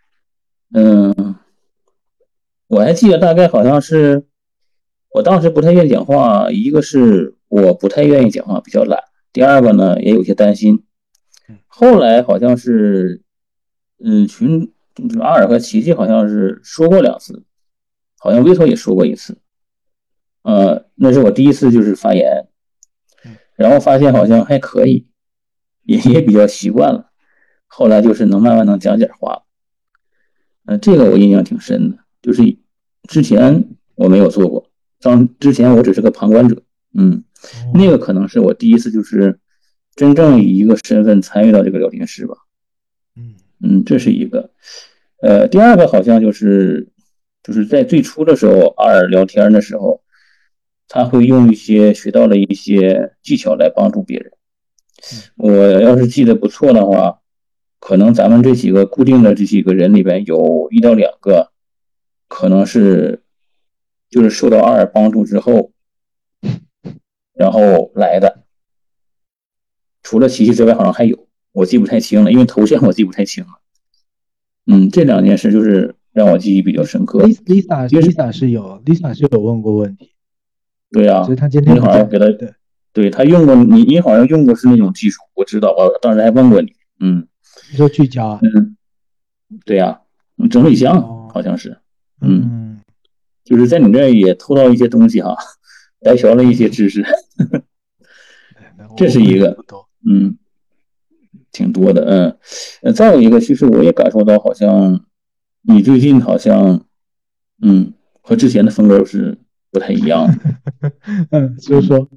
我还记得大概好像是我当时不太愿意讲话，一个是我不太愿意讲话，比较懒；第二个呢也有些担心。后来好像是，就是阿尔和琪琪好像是说过2次，好像威头也说过1次。那是我第一次就是发言，然后发现好像还可以，也比较习惯了。后来就是慢慢能讲点话。这个我印象挺深的，就是之前我没有做过，之前我只是个旁观者。那个可能是我第一次就是真正以一个身份参与到这个聊天室吧。这是一个。第二个好像就是在最初的时候，阿尔聊天的时候，他会用一些学到的一些技巧来帮助别人。我要是记得不错的话，可能咱们这几个固定的这几个人里边有1到2个，可能是就是受到阿尔帮助之后，然后来的。除了琪琪之外，好像还有，我记不太清了，因为头像我记不太清了。这2件事就是让我记忆比较深刻。 Lisa 是有问过问题。 对啊， 只是他今天你好像给他，对他用过你好像用过是那种技术，我知道，我当时还问过你。 你说聚焦啊？ 对呀，整理箱好像是。就是在你这也偷到一些东西哈，白嫖了一些知识。这是一个。挺多的。再有一个，其实我也感受到，好像你最近好像，和之前的风格是不太一样的。 就是说，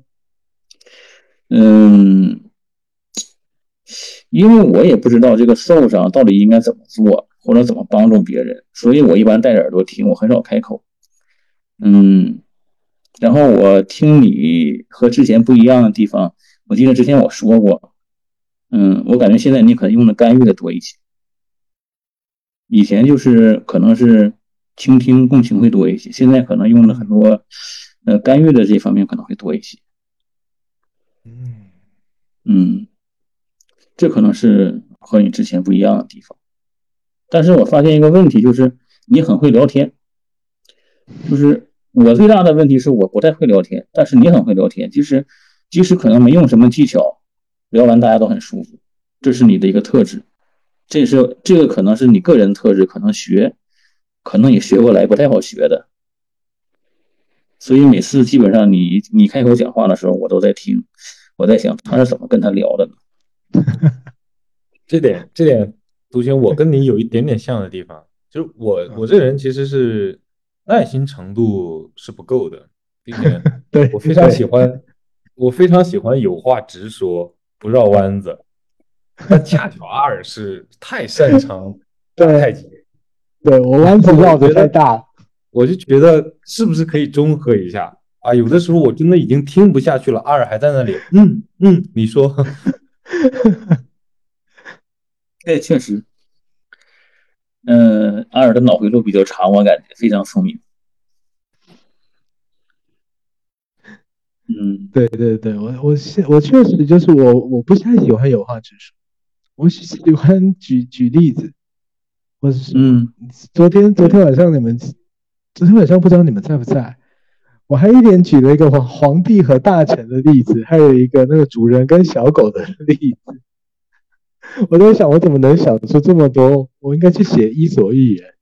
因为我也不知道这个 SOUL 上到底应该怎么做，或者怎么帮助别人，所以我一般戴着耳朵听，我很少开口。然后我听你和之前不一样的地方，我记得之前我说过。我感觉现在你可能用的干预的多一些，以前就是可能是倾听共情会多一些，现在可能用的很多干预的这方面可能会多一些。这可能是和你之前不一样的地方。但是我发现一个问题，就是你很会聊天。就是我最大的问题是我不太会聊天，但是你很会聊天，即使可能没用什么技巧，聊完大家都很舒服，这是你的一个特质。这个可能是你个人特质，可能也学过来，不太好学的。所以每次基本上你开口讲话的时候，我都在听，我在想他是怎么跟他聊的呢？ 这点，独行，我跟你有一点点像的地方，就是我这人其实是耐心程度是不够的，并且我非常喜欢有话直说，不绕弯子。但恰巧阿尔是太擅长打太极， 对我弯子绕的太大了， 我就觉得是不是可以中和一下啊？有的时候我真的已经听不下去了，阿尔还在那里，你说。 对，确实。阿尔的脑回路比较长，我感觉非常聪明。 对，我确实就是我不太喜欢有话直说，我喜欢举例子，或者是昨天晚上不知道你们在不在， 我还一连举了一个皇帝和大臣的例子，还有一个那个主人跟小狗的例子。我在想，我怎么能想出这么多？我应该去写《伊索寓言》。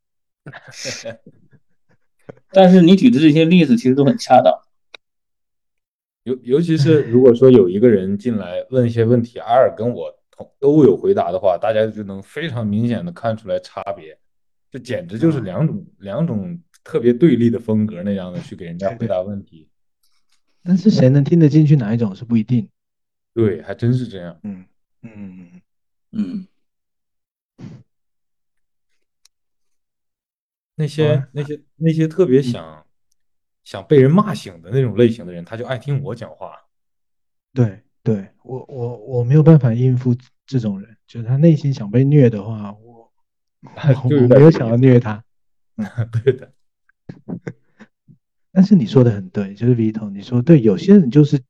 但是你举的这些例子其实都很恰当。 尤其是如果说有一个人进来问一些问题，阿尔跟我都有回答的话，大家就能非常明显的看出来差别，这简直就是两种特别对立的风格那样的去给人家回答问题。 但是谁能听得进去哪一种是不一定。 对，还真是这样。 嗯嗯嗯， 那些特别想被人骂醒的那种类型的人，他就爱听我讲话。 对对，我没有办法应付这种人，就是他内心想被虐的话，我就有我没有想要点这意思。 虐他。 对的， 但是你说的很对，就是 Vito，你说对，有些人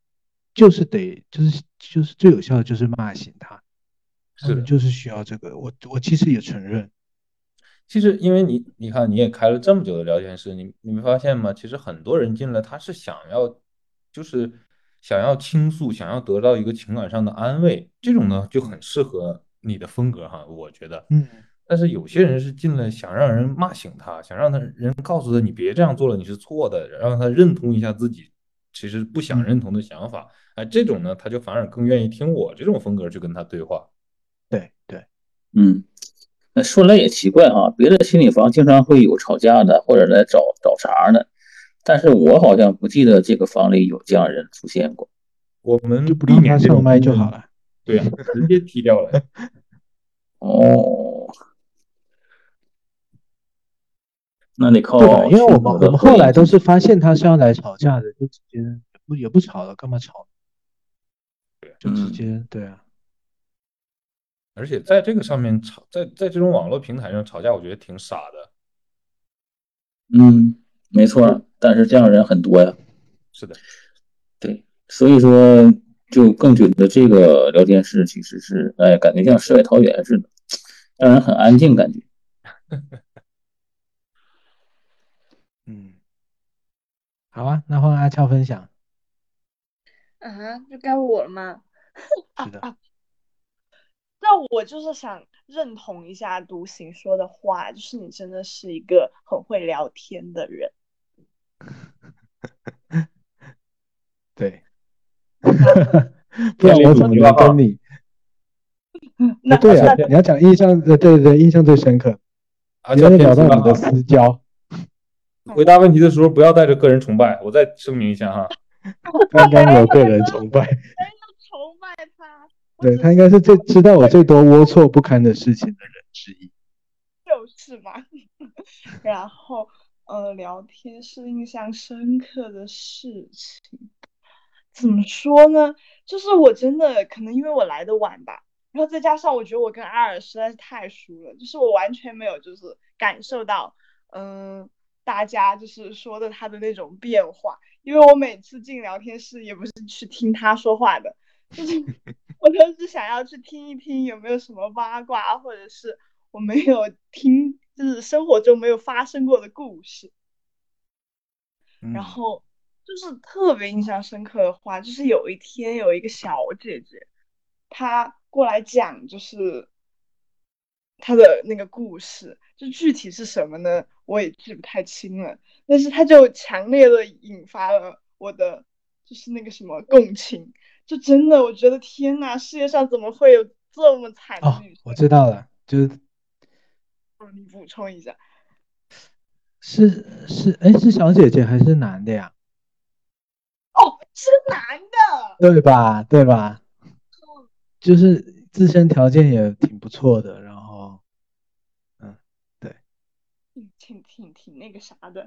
就是最有效的就是骂醒他，他是的。 们就是需要这个。我其实也承认。 其实，因为你看，你也开了这么久的聊天室，你没发现吗？其实很多人进来，他是就是想要倾诉，想要得到一个情感上的安慰，这种呢就很适合你的风格哈，我觉得。 嗯但是有些人是进来想让人骂醒他，想让人告诉他你别这样做了，你是错的，让他认同一下自己其实不想嗯， 认同的想法。哎，这种呢，他就反而更愿意听我这种风格去跟他对话。 对对。 嗯，那说来也奇怪哈，别的心理房经常会有吵架的，或者来找茬的，但是我好像不记得这个房里有这样的人出现过。 我们就不让他避免这上麦种公认， 就好了。 对呀、直接踢掉了。 哦，那得对吧？因为靠群我们友的回后来都应进行。 是发现他是要来吵架的，就直接也不吵了，干嘛吵？就直嗯接对啊。 而且在这个上面吵，在这种网络平台上吵架，我觉得挺傻的。 嗯，没就错，但是这样的人很多呀。 是的， 对，所以说就更觉得这个聊天室其实是，哎，感觉像世外桃源似的，让人很安静感觉。 嗯，好啊，那换阿俏分享。 啊，就该我了吗？ 是的。 那我就是想认同一下独行说的话，就是你真的是一个很会聊天的人。 对。 那不然我怎么能跟你？ 那对啊， 那你要讲印象，对对对，印象最深刻。你要聊到你的私交。 回答问题的时候不要带着个人崇拜，我再声明一下哈。 他应该没有个人崇拜。 崇拜他。 对，他应该是最知道我最多龌龊不堪的事情的人之一。 就是嘛。然后聊天是印象深刻的事情，怎么说呢？就是我真的可能因为我来的晚吧，然后再加上我觉得我跟阿尔实在是太熟了，就是我完全没有就是感受到，大家就是说的他的那种变化，因为我每次进聊天室也不是去听他说话的，就是我都是想要去听一听有没有什么八卦，或者是我没有听，就是生活中没有发生过的故事。然后就是特别印象深刻的话，就是有一天有一个小姐姐，她过来讲，就是她的那个故事，就具体是什么呢，我也记不太清了。但是她就强烈的引发了我的就是那个什么共情，就真的我觉得天呐，世界上怎么会有这么惨的女生？ 我知道了，就是你补充一下。 是小姐姐还是男的呀？ 哦，是男的。 对吧？对吧？就是自身条件也挺不错的，然后，对。 挺那个啥的。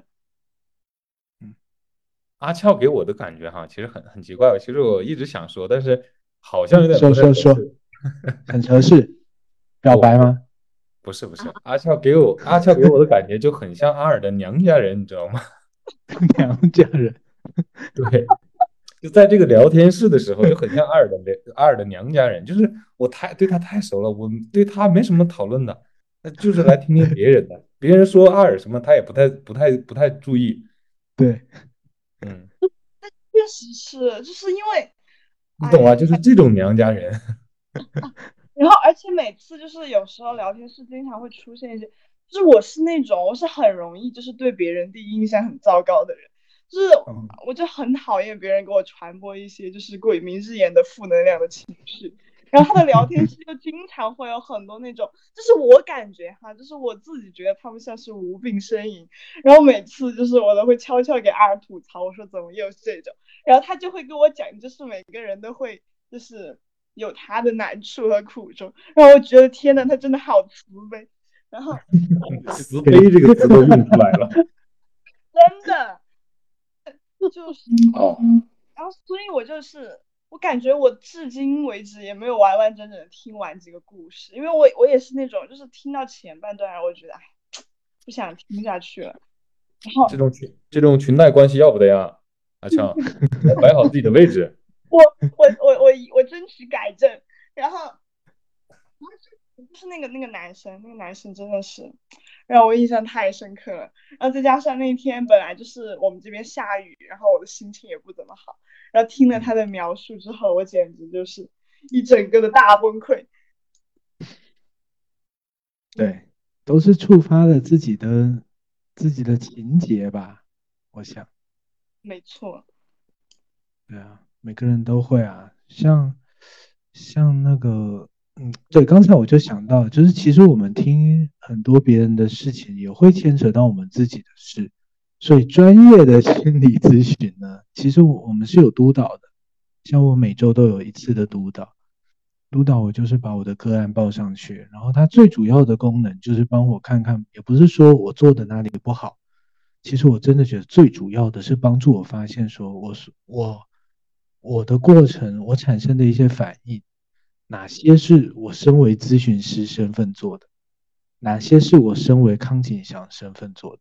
阿俏给我的感觉哈，其实很奇怪。其实我一直想说，但是好像有点不太合说， 适。 很合适。表白吗？ 不是，阿俏给我的感觉就很像阿尔的娘家人，你知道吗？ 娘家人。 对，就在这个聊天室的时候，就很像阿尔的娘家人。就是我对他太熟了，我对他没什么讨论的，那就是来听听别人的。别人说阿尔什么，他也不太注意。 对。 实是，就是因为， 你懂吗？ 哎呀， 就是这种娘家人。 然后而且每次就是有时候聊天室经常会出现一些，就是我是很容易就是对别人第一印象很糟糕的人，就是嗯， 我就很讨厌别人给我传播一些就是鬼迷日眼的负能量的情绪。然后他的聊天室就经常会有很多那种，就是我感觉哈，就是我自己觉得他们像是无病呻吟，然后每次就是我都会悄悄给二吐槽，我说怎么又是这种，然后他就会跟我讲，就是每个人都会就是有他的难处和苦衷，然后我觉得天呐，他真的好慈悲，然后慈悲这个词都用出来了。 真的就是哦， 然后所以我感觉我至今为止也没有完完整整的听完几个故事，因为我也是那种就是听到前半段，然后我觉得哎不想听下去了，然后这种裙带关系要不得呀，阿强，要摆好自己的位置。 我争取改正，然后就是那个男生真的是让我印象太深刻了。然后再加上那天本来就是我们这边下雨，然后我的心情也不怎么好，然后听了他的描述之后，我简直就是一整个的大崩溃。 对，都是触发了自己的情节吧，我想。 没错， 对啊，每个人都会啊，像那个，对，刚才我就想到，就是其实我们听很多别人的事情，也会牵扯到我们自己的事，所以专业的心理咨询呢，其实我们是有督导的，像我每周都有一次的督导，督导我就是把我的个案报上去，然后它最主要的功能就是帮我看看，也不是说我做的哪里不好。其实我真的觉得最主要的是帮助我发现说我的过程，我产生的一些反应，哪些是我身为咨询师身份做的，哪些是我身为康景祥身份做的。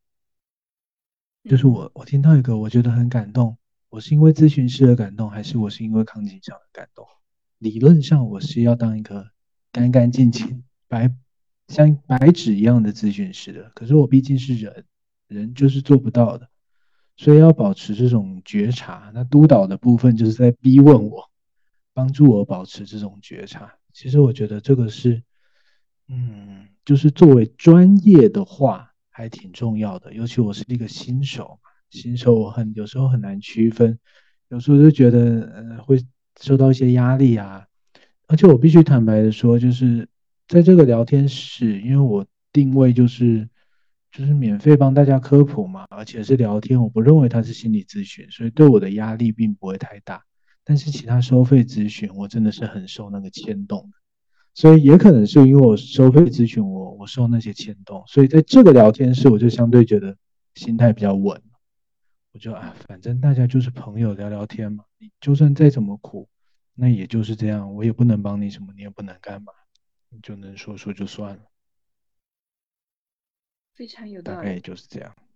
就是我听到一个我觉得很感动，我是因为咨询师而感动，还是我是因为康景祥而感动？理论上我是要当一个干干净净、像白纸一样的咨询师的，可是我毕竟是人，人就是做不到的。所以要保持这种觉察。那督导的部分就是在逼问我，帮助我保持这种觉察。其实我觉得这个是，就是作为专业的话，还挺重要的。尤其我是一个新手嘛，新手我有时候很难区分，有时候就觉得会受到一些压力啊。而且我必须坦白的说，就是在这个聊天室，因为我定位就是免费帮大家科普嘛，而且是聊天，我不认为它是心理咨询，所以对我的压力并不会太大。但是其他收费咨询，我真的是很受那个牵动的，所以也可能是因为我收费咨询我受那些牵动，所以在这个聊天室我就相对觉得心态比较稳。我就反正大家就是朋友聊聊天嘛，你就算再怎么苦，那也就是这样，我也不能帮你什么，你也不能干嘛，你就能说说就算了， 非常有道理。 大概也就是这样。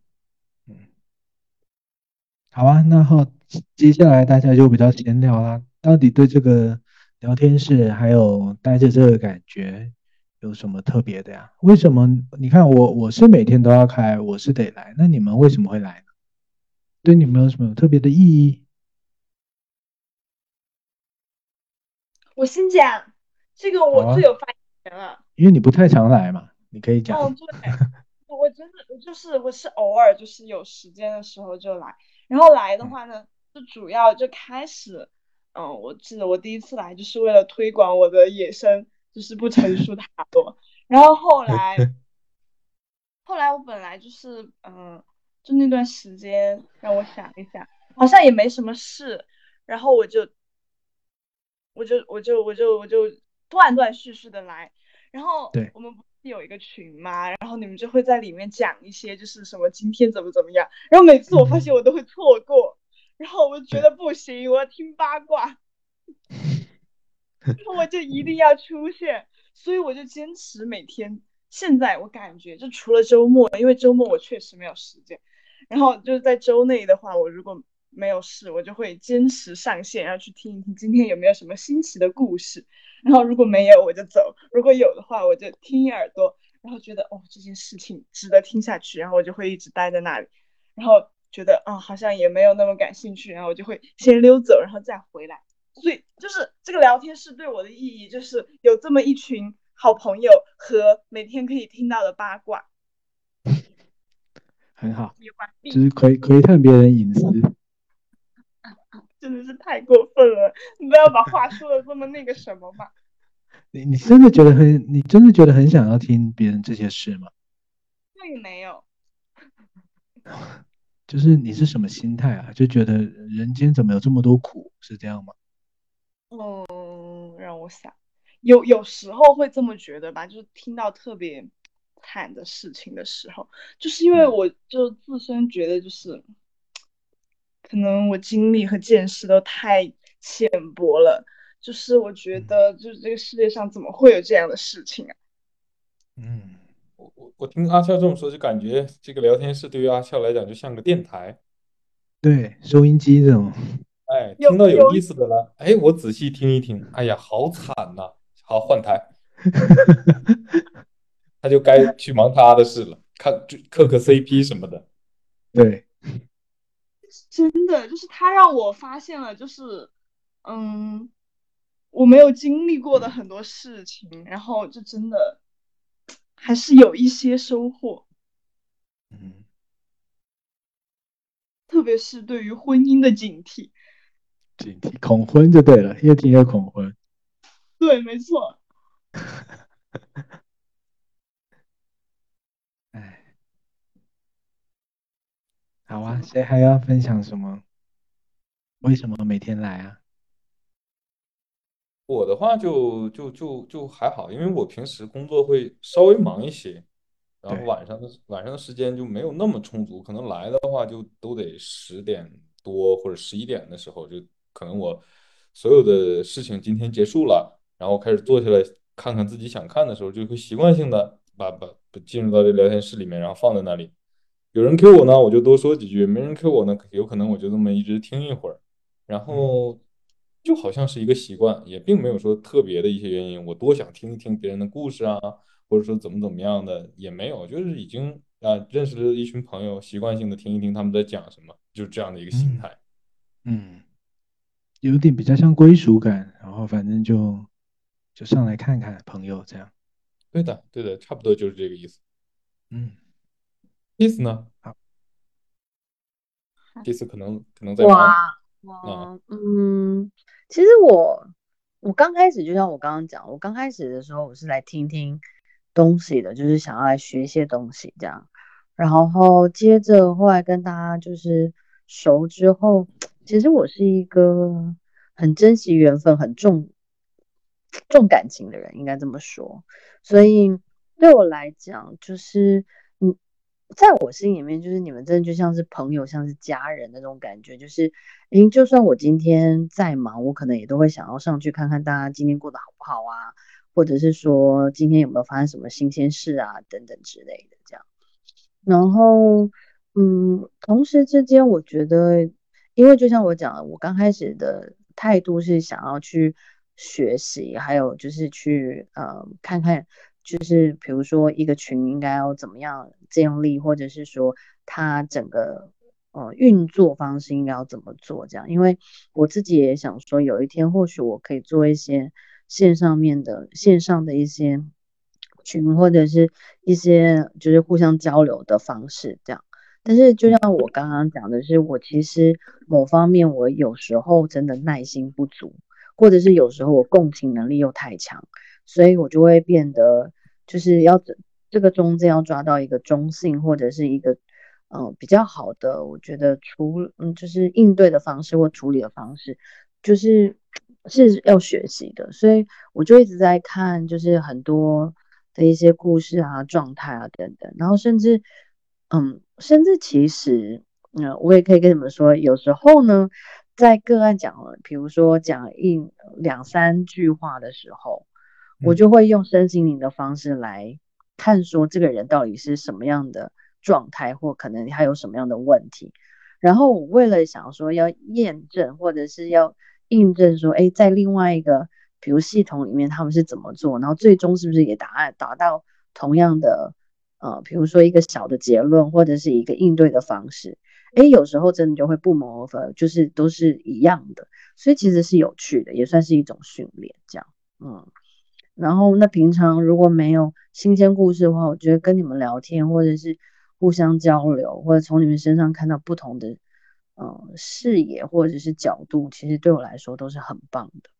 好啊，那接下来大家就比较闲聊啦，到底对这个聊天室还有待着这个感觉有什么特别的呀？为什么你看我是每天都要开，我是得来，那你们为什么会来呢？对你们有什么特别的意义？ 我先讲这个， 好啊， 我最有发言权了。 因为你不太常来嘛，你可以讲。 嗯，对，我真的我是偶尔就是有时间的时候就来，然后来的话呢，就主要就开始，我记得我第一次来就是为了推广我的野生就是不成熟塔罗，然后后来我本来就是就那段时间让我想一想，好像也没什么事，然后我就断断续续的来，然后对， 我们不是有一个群嘛，然后你们就会在里面讲一些就是什么今天怎么样，然后每次我发现我都会错过，然后我就觉对， 得不行，我要听八卦，然后我就一定要出现，所以我就坚持每天。现在我感觉就除了周末，因为周末我确实没有时间，然后就是在周内的话，我如果没有事，我就会坚持上线，然后去听一听今天有没有什么新奇的故事。然后如果没有我就走，如果有的话我就听一耳朵，然后觉得这件事情值得听下去，然后我就会一直待在那里。然后觉得好像也没有那么感兴趣，然后我就会先溜走，然后再回来。所以就是这个聊天室对我的意义，就是有这么一群好朋友和每天可以听到的八卦。 很好， 完毕， 就是窥探别人隐私。 真的是太过分了！你不要把话说的这么那个什么嘛。 你真的觉得很想要听别人这些事吗？ 并没有， 就是你是什么心态啊？就觉得人间怎么有这么多苦，是这样吗？ 让我想，有时候会这么觉得吧，就是听到特别惨的事情的时候，就是因为我就自身觉得就是可能我经历和见识都太浅薄了，就是我觉得就是这个世界上怎么会有这样的事情啊？ 嗯， 我听阿俏这么说，就感觉这个聊天室对于阿俏来讲就像个电台。 对，收音机这种。 哎， 有听到有有意思的了，哎，我仔细听一听，哎呀，好惨呐！好，换台，他就该去忙他的事了，磕 CP 什么的。 对， 真的就是他让我发现了，就是嗯，我没有经历过的很多事情，然后就真的还是有一些收获， 嗯， 特别是对于婚姻的警惕。 警惕恐婚就对了，越听越恐婚。 对，没错。 哎，好啊，谁还要分享什么？为什么每天来啊？ 我的话就还好，因为我平时工作会稍微忙一些，然后对， 晚上的时间就没有那么充足，可能来的话就都得10点多或者11点的时候，就可能我所有的事情今天结束了，然后开始坐下来看看自己想看的时候，就会习惯性的把进入到这聊天室里面，然后放在那里。有人 Q 我呢，我就多说几句；没人 Q 我呢，有可能我就这么一直听一会儿。然后就好像是一个习惯，也并没有说特别的一些原因，我多想听一听别人的故事啊，或者说怎么样的也没有，就是已经认识了一群朋友，习惯性的听一听他们在讲什么，就是这样的一个心嗯态。 嗯，有点比较像归属感，然后反正就上来看看朋友这样。 对的，对的，差不多就是这个意思。 嗯， 意思呢？ 好， 意思可能在哇， 忙啊。 其实我刚开始就像我刚刚讲，我刚开始的时候我是来听听东西的，就是想要来学一些东西这样，然后接着后来跟大家就是熟之后，其实我是一个很珍惜缘分、很重感情的人，应该这么说。所以对我来讲，就是嗯，在我心里面，就是你们真的就像是朋友，像是家人那种感觉。就是，就算我今天再忙，我可能也都会想要上去看看大家今天过得好不好啊，或者是说今天有没有发生什么新鲜事啊，等等之类的这样。然后，同时之间，我觉得，因为就像我讲的，我刚开始的态度是想要去学习，还有就是去看看，就是比如说一个群应该要怎么样建立，或者是说它整个运作方式应该要怎么做，这样。因为我自己也想说，有一天或许我可以做一些线上的一些群，或者是一些就是互相交流的方式，这样。但是就像我刚刚讲的是，我其实某方面我有时候真的耐心不足，或者是有时候我共情能力又太强，所以我就会变得就是这个中间要抓到一个中性，或者是一个比较好的，我觉得就是应对的方式或处理的方式，是要学习的。所以我就一直在看，就是很多的一些故事啊、状态啊等等，然后甚至其实，我也可以跟你们说，有时候呢，在个案讲了，比如说讲两三句话的时候，我嗯就会用身心灵的方式来看说这个人到底是什么样的状态，或可能他有什么样的问题。然后我为了想说要验证，或者是要印证说，哎，在另外一个比如系统里面他们是怎么做，然后最终是不是也达到同样的比如说一个小的结论，或者是一个应对的方式。 有时候真的就会不谋而合，就是都是一样的，所以其实是有趣的，也算是一种训练这样。然后那平常如果没有新鲜故事的话，我觉得跟你们聊天或者是互相交流，或者从你们身上看到不同的视野或者是角度，其实对我来说都是很棒的。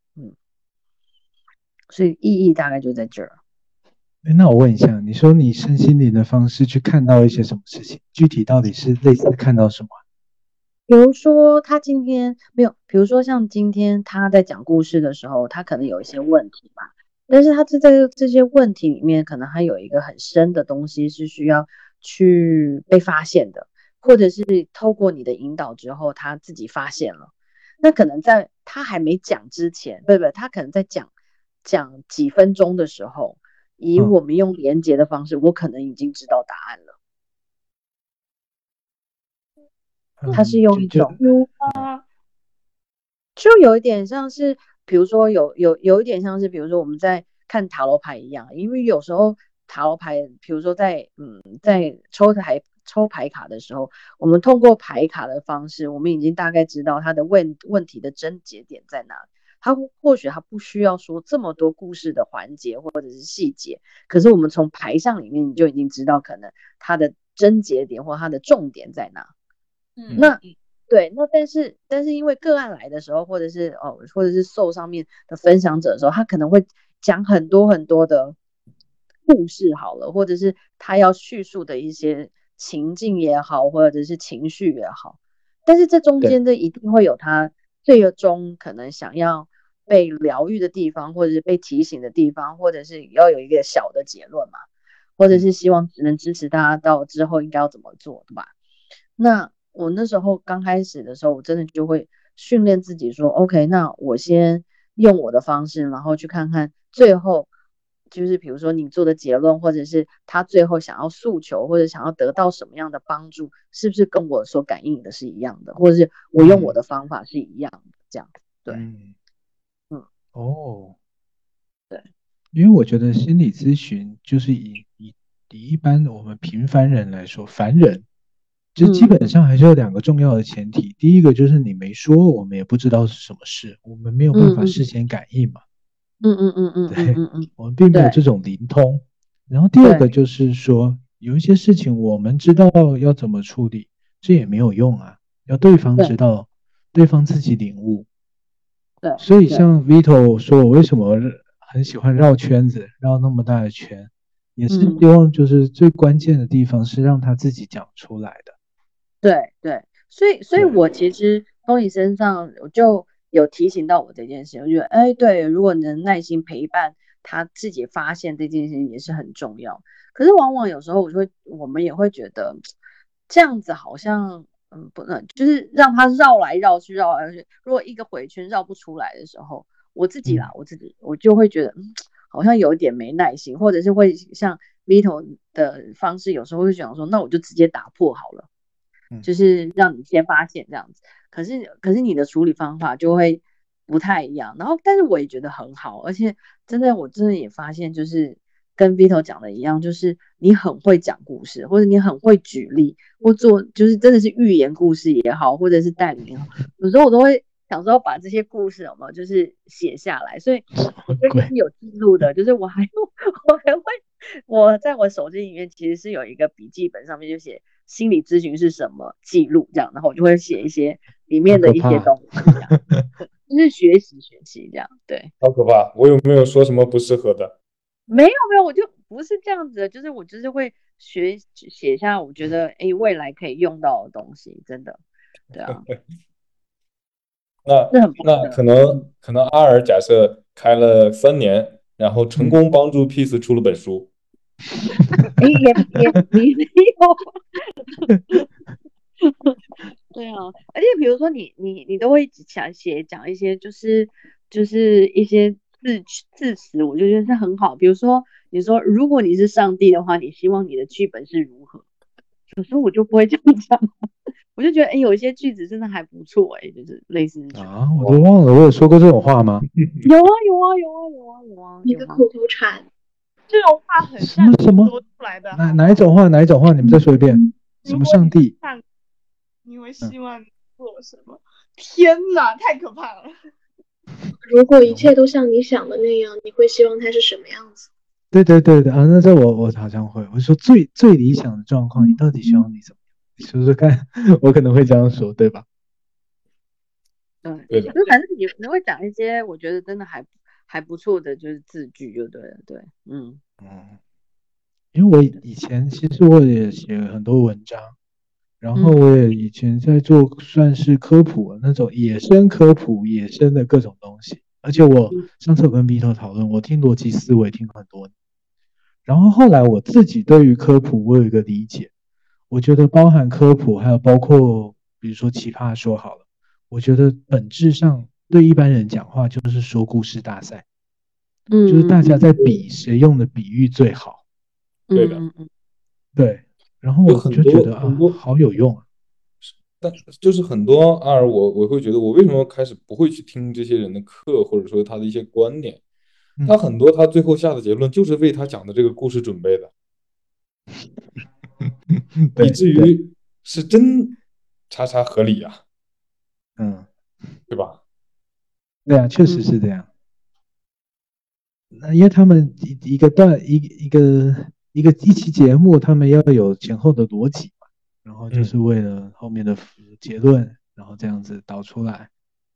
所以意义大概就在这儿。 那我问一下，你说你身心灵的方式去看到一些什么事情，具体到底是类似看到什么？ 比如说他今天没有，比如说像今天他在讲故事的时候，他可能有一些问题吧，但是他在这些问题里面，可能还有一个很深的东西是需要去被发现的，或者是透过你的引导之后，他自己发现了。那可能在他还没讲之前，不，他可能在讲几分钟的时候，以我们用连结的方式，我可能已经知道答案了。他是用一种就有一点像是，比如说有一点像是，比如说我们在看塔罗牌一样，因为有时候塔罗牌，比如说在抽牌卡的时候，我们通过牌卡的方式，我们已经大概知道他的问题的症结点在哪里。他或许他不需要说这么多故事的环节或者是细节，可是我们从牌上里面你就已经知道可能他的症结点或他的重点在哪。那对，那但是因为个案来的时候，或者是受上面的分享者的时候，他可能会讲很多很多的故事好了，或者是他要叙述的一些情境也好，或者是情绪也好，但是这中间的一定会有他最终可能想要被疗愈的地方，或者是被提醒的地方，或者是要有一个小的结论嘛，或者是希望能支持大家到之后应该要怎么做，对吧？那我那时候刚开始的时候，我真的就会训练自己说 OK， 那我先用我的方式，然后去看看最后就是比如说你做的结论，或者是他最后想要诉求或者想要得到什么样的帮助，是不是跟我所感应的是一样的，或者是我用我的方法是一样的，这样。对。对， 因为我觉得心理咨询就是以一般我们平凡人来说，凡人就基本上还是有两个重要的前提。第一个就是你没说，我们也不知道是什么事，我们没有办法事先感应嘛。对，我们并没有这种灵通。然后第二个就是说，有一些事情我们知道要怎么处理，这也没有用啊，要对方知道，对方自己领悟。 对， 所以像 Vito 说，我为什么很喜欢绕圈子，绕那么大的圈，也是希望就是最关键的地方是让他自己讲出来的。 对，所以我其实从你身上我就有提醒到我这件事，我觉得对，如果能耐心陪伴他自己发现这件事情也是很重要。可是往往有时候我们也会觉得这样子好像不能，就是让他绕来绕去，如果一个回圈绕不出来的时候，我自己我就会觉得好像有点没耐心，或者是会像 Vito 的方式，有时候会想说那我就直接打破好了。就是让你先发现这样子，可是你的处理方法就会不太一样，然后但是我也觉得很好，而且我真的也发现，就是跟 Vito 讲的一样，就是你很会讲故事，或者你很会举例，或做就是真的是寓言故事也好，或者是带领也好，有时候我都会想说把这些故事就是写下来，所以我最近是有记录的，就是我在我手机里面其实是有一个笔记本，上面就写心理咨询是什么记录这样，然后我就会写一些里面的一些东西这样，就是学习这样。对， 好可怕！我有没有说什么不适合的？ 没有，我就不是这样子的，就是我就是会写下我觉得未来可以用到的东西，真的。对啊。 那可能阿尔假设开了3年，然后成功帮助 Peace 出了本书。 也没有。对啊，而且比如说你都会讲一些就是一些字词，我就觉得是很好。比如说你说如果你是上帝的话，你希望你的剧本是如何？有时候我就不会这样讲，我就觉得有一些句子真的还不错，就是类似啊，我都忘了我有说过这种话吗？ 有啊， 一个口头禅。 这种话很像说出来的。 哪一种话？你们再说一遍。什么上帝？ 你会希望做什么？天哪，太可怕了！ 如果一切都像你想的那样，你会希望它是什么样子？ 对啊，那这我好像会，我说最理想的状况，你到底希望你怎么样？你说说看，我可能会这样说，对吧？ 对的。 就反正你会讲一些我觉得真的还不错的，就是字句就对了，对， 因为我以前其实我也写了很多文章，然后我也以前在做算是科普那种野生科普，野生的各种东西。而且我上次有跟 Vito 讨论，我听逻辑思维听很多年，然后后来我自己对于科普我有一个理解，我觉得包含科普，还有包括比如说奇葩说好了，我觉得本质上对一般人讲话就是说故事大赛，就是大家在比谁用的比喻最好。 对的， 对，然后我就觉得好有用啊。 但就是很多我会觉得我为什么开始不会去听这些人的课，或者说他的一些观点，他很多他最后下的结论就是为他讲的这个故事准备的，以至于是真叉叉合理啊，对吧？ 对啊，确实是这样。那因为他们一期节目，他们要有前后的逻辑嘛，然后就是为了后面的结论，然后这样子导出来。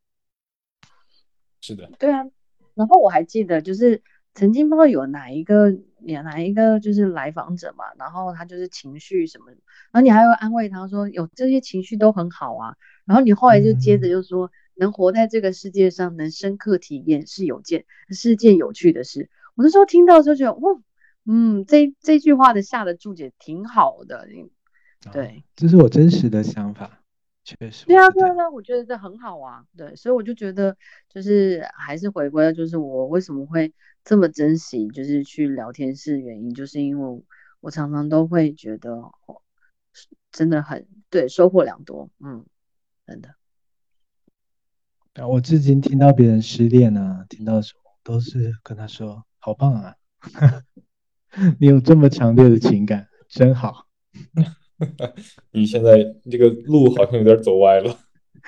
是的， 对啊。然后我还记得，就是曾经不知道有哪一个就是来访者嘛，然后他就是情绪什么，然后你还会安慰他说有这些情绪都很好啊，然后你后来就接着就说，能活在这个世界上，能深刻体验是件有趣的事。我那时候听到就觉得，这句话的下的注解挺好的，对， 这是我真实的想法。确实， 对啊，我觉得这很好啊，对，所以我就觉得，就是还是回归，就是我为什么会这么珍惜，就是去聊天室，原因就是因为我常常都会觉得，真的很对，收获良多，真的。 我至今听到别人失恋啊，听到什么都是跟他说好棒啊，你有这么强烈的情感，真好。 你现在这个路好像有点走歪了。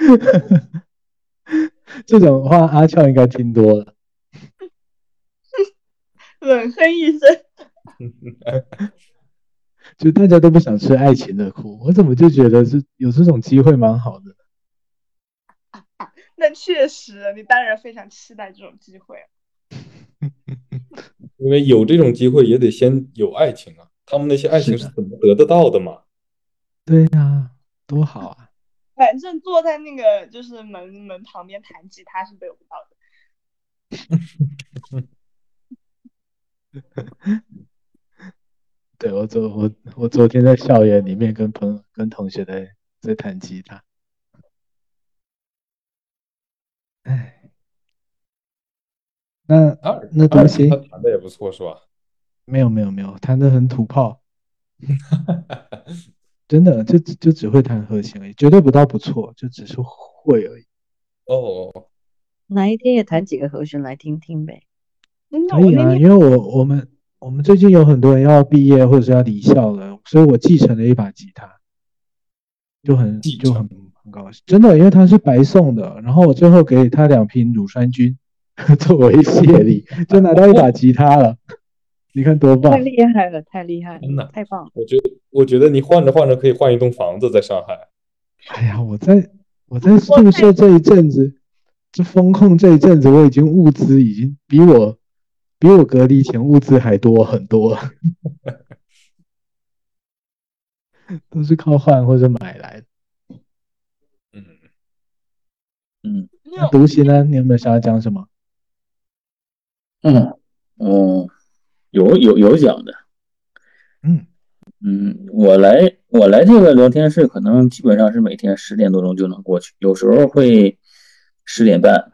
这种话阿俏应该听多了。 冷哼一声。 就大家都不想吃爱情的苦，我怎么就觉得是有这种机会蛮好的？ 那确实，你当然非常期待这种机会。 因为有这种机会也得先有爱情啊，他们那些爱情是怎么得得到的嘛？ 对啊，多好啊！ 反正坐在那个就是门旁边弹吉他是得不到的。对，我昨天在校园里面跟同学在弹吉他。哎，那东西他弹的也不错是吧？ 没有，弹的很土炮。真的就只会弹和弦而已，绝对不到不错，就只是会而已。 哪一天也弹几个和弦来听听呗？ 可以啊，因为我们最近有很多人要毕业或者是要离校了，所以我继承了一把吉他，就很高兴，真的，因为它是白送的，然后我最后给他2瓶乳酸菌作为谢礼，就拿到一把吉他了。你看多棒！ 太厉害了，真的太棒了！ 我觉得你换着可以换一栋房子在上海。 哎呀，我在宿舍这一阵子，这风控这一阵子，我已经物资已经比我隔离前物资还多很多了，都是靠换或者买来的。那独行呢？你有没有想要讲什么？ 有讲的。我来这个聊天室，可能基本上是每天10点多钟就能过去，有时候会10点半。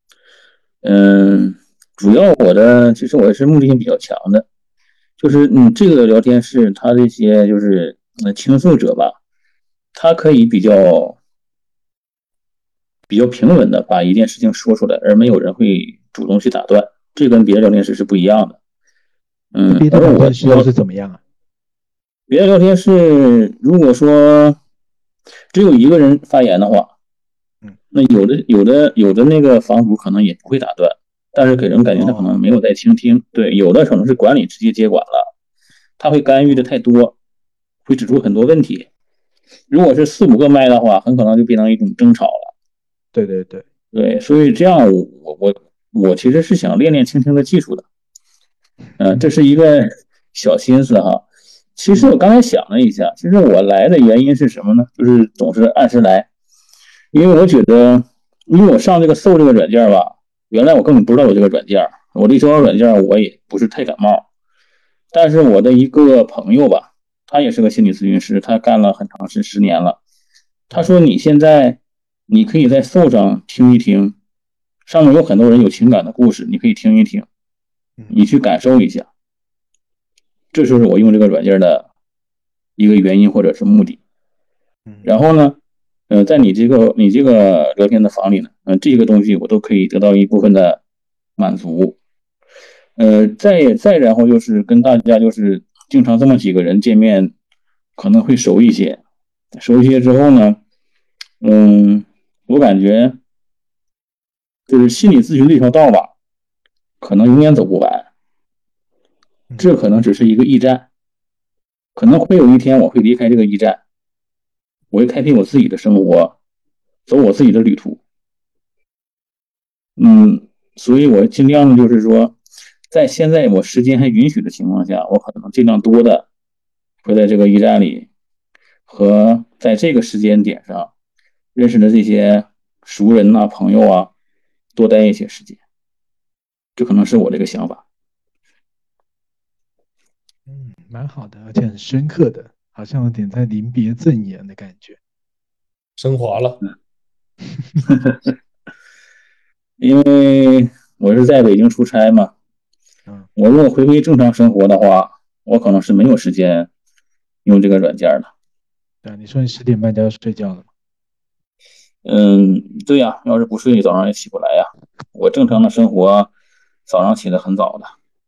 主要其实我也是目的性比较强的，就是这个聊天室它这些就是倾诉者吧，他可以比较平稳的把一件事情说出来，而没有人会主动去打断，这跟别的聊天室是不一样的。 别的聊天室又是怎么样啊？ 别的聊天室如果说只有一个人发言的话，那有的那个房主可能也不会打断，但是给人感觉他可能没有在倾听。对，有的可能是管理直接接管了，他会干预的太多，会指出很多问题。如果是4、5个麦的话，很可能就变成一种争吵了。 对对对对，所以这样我其实是想练练倾听的技术的。这是一个小心思哈。其实我刚才想了一下，其实我来的原因是什么呢？就是总是按时来，因为我觉得，因为我上这个搜这个软件吧，原来我根本不知道有这个软件，我对这款软件我也不是太感冒。但是我的一个朋友吧，他也是个心理咨询师，他干了很长10年了。他说你现在你可以在搜上听一听，上面有很多人有情感的故事，你可以听一听，你去感受一下。这就是我用这个软件的一个原因或者是目的。然后呢，在你这个聊天的房里呢，这个东西我都可以得到一部分的满足。再然后就是跟大家就是经常这么几个人见面，可能会熟一些。熟一些之后呢，我感觉就是心理咨询这条道吧，可能永远走不完。这可能只是一个驿站，可能会有一天我会离开这个驿站，我会开辟我自己的生活，走我自己的旅途。所以我尽量就是说，在现在我时间还允许的情况下，我可能尽量多的会在这个驿站里和在这个时间点上认识的这些熟人啊、朋友啊多待一些时间。这可能是我这个想法。 蛮好的，而且很深刻的，好像有点在临别赠言的感觉， 升华了。 因为我是在北京出差嘛，我如果回归正常生活的话，我可能是没有时间用这个软件的。 对，你说你10点半就要睡觉了吗？ 对呀，要是不睡，早上也起不来呀。我正常的生活，早上起得很早的。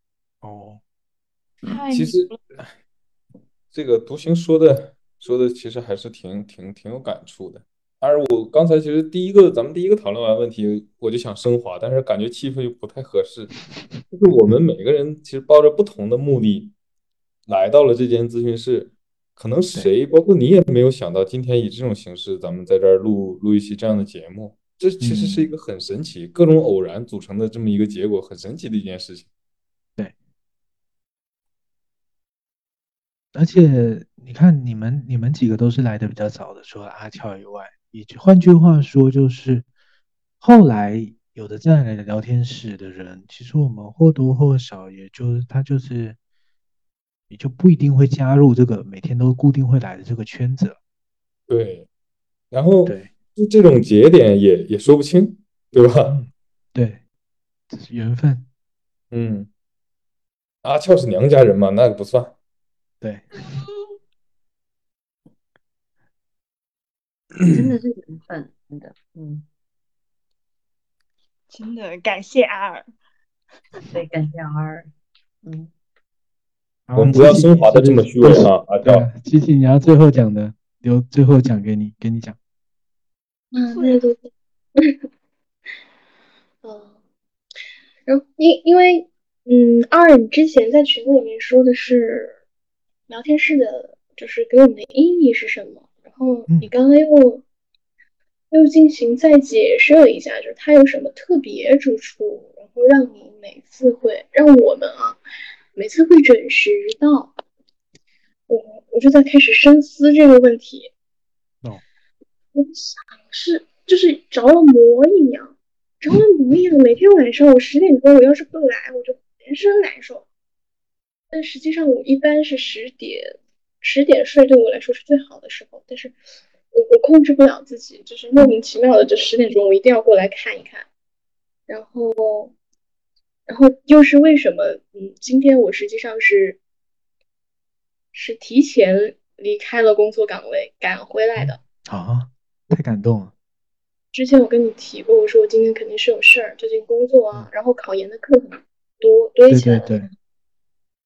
其实这个独行说的其实还是挺有感触的。而我刚才其实咱们第一个讨论完问题，我就想升华，但是感觉气氛又不太合适。就是我们每个人其实抱着不同的目的来到了这间咨询室，可能谁包括你也没有想到，今天以这种形式咱们在这儿录一期这样的节目，这其实是一个很神奇，各种偶然组成的这么一个结果，很神奇的一件事情。 对，而且你看，你们几个都是来的比较早的，除了阿俏以外，换句话说，就是后来有的再来的聊天室的人，其实我们或多或少，也就不一定会加入这个每天都固定会来的这个圈子了。 对，然后就这种节点也说不清，对吧？ 对，这是缘分。 阿俏是娘家人嘛，那个不算。 对， 真的是缘分，真的， 真的感谢阿尔。 对，感谢阿尔。 我们不要升华的这么虚伪啊，阿俏。 琪琪，你要最后讲的，留最后讲给你讲。 那就然后因为阿尔你之前在群里面说的是聊天室的，就是给我们的意义是什么？然后你刚刚又进行再解释了一下，就是它有什么特别之处，然后让我们每次会准时到。我就在开始深思这个问题。我想就是着了魔一样，每天晚上我10点多，我要是不来，我就浑身难受。但实际上我一般是10点睡，对我来说是最好的时候。但是我控制不了自己，就是莫名其妙的，这10点钟我一定要过来看一看。然后又是为什么？今天我实际上是提前离开了工作岗位赶回来的。 太感动了。 之前我跟你提过，我说我今天肯定是有事儿，最近工作啊，然后考研的课很多堆起来了。 对。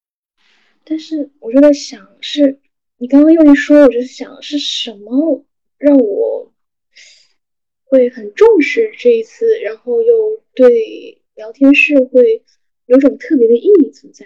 但是我就在想，你刚刚又一说，我就想是什么让我会很重视这一次，然后又对聊天室会有种特别的意义存在。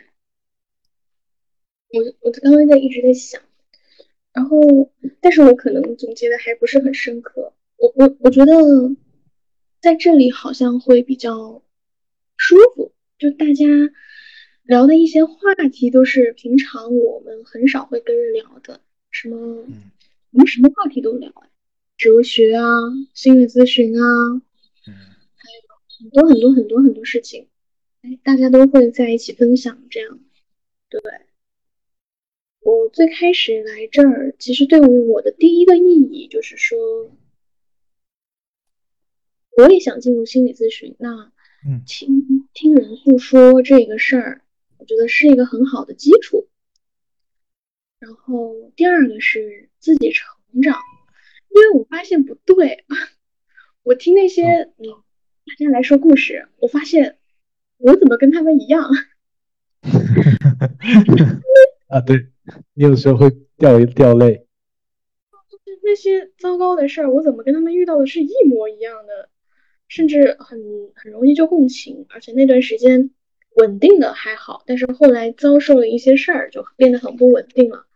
我刚刚一直在想，然后但是我可能总结的还不是很深刻。我觉得在这里好像会比较舒服，就大家聊的一些话题都是平常我们很少会跟人聊的，我们什么话题都聊，哲学啊，心理咨询啊，还有很多很多很多很多事情，大家都会在一起分享，这样。对，我最开始来这儿，其实对于我的第一个意义就是说，我也想进入心理咨询。那听人诉说这个事儿，我觉得是一个很好的基础。然后第二个是自己成长，因为我发现不对，我听那些大家来说故事，我发现我怎么跟他们一样？ 啊，对，你有时候会掉泪。 那些糟糕的事儿，我怎么跟他们遇到的是一模一样的，甚至很容易就共情，而且那段时间稳定的还好，但是后来遭受了一些事儿，就变得很不稳定了。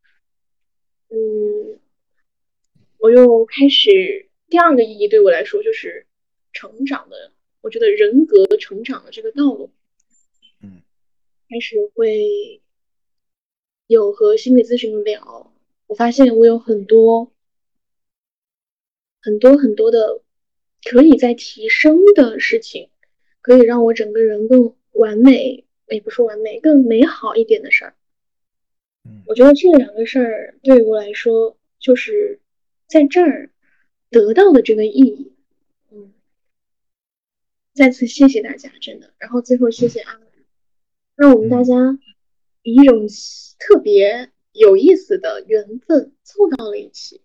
我又开始第二个意义对我来说就是成长的，我觉得人格成长的这个道路，开始会有和心理咨询聊，我发现我有很多很多很多的可以再提升的事情，可以让我整个人更完美，也不是完美，更美好一点的事儿。我觉得这两个事儿对于我来说，就是在这儿得到的这个意义。再次谢谢大家，真的。然后最后谢谢阿兰，让我们大家以一种特别有意思的缘分凑到了一起。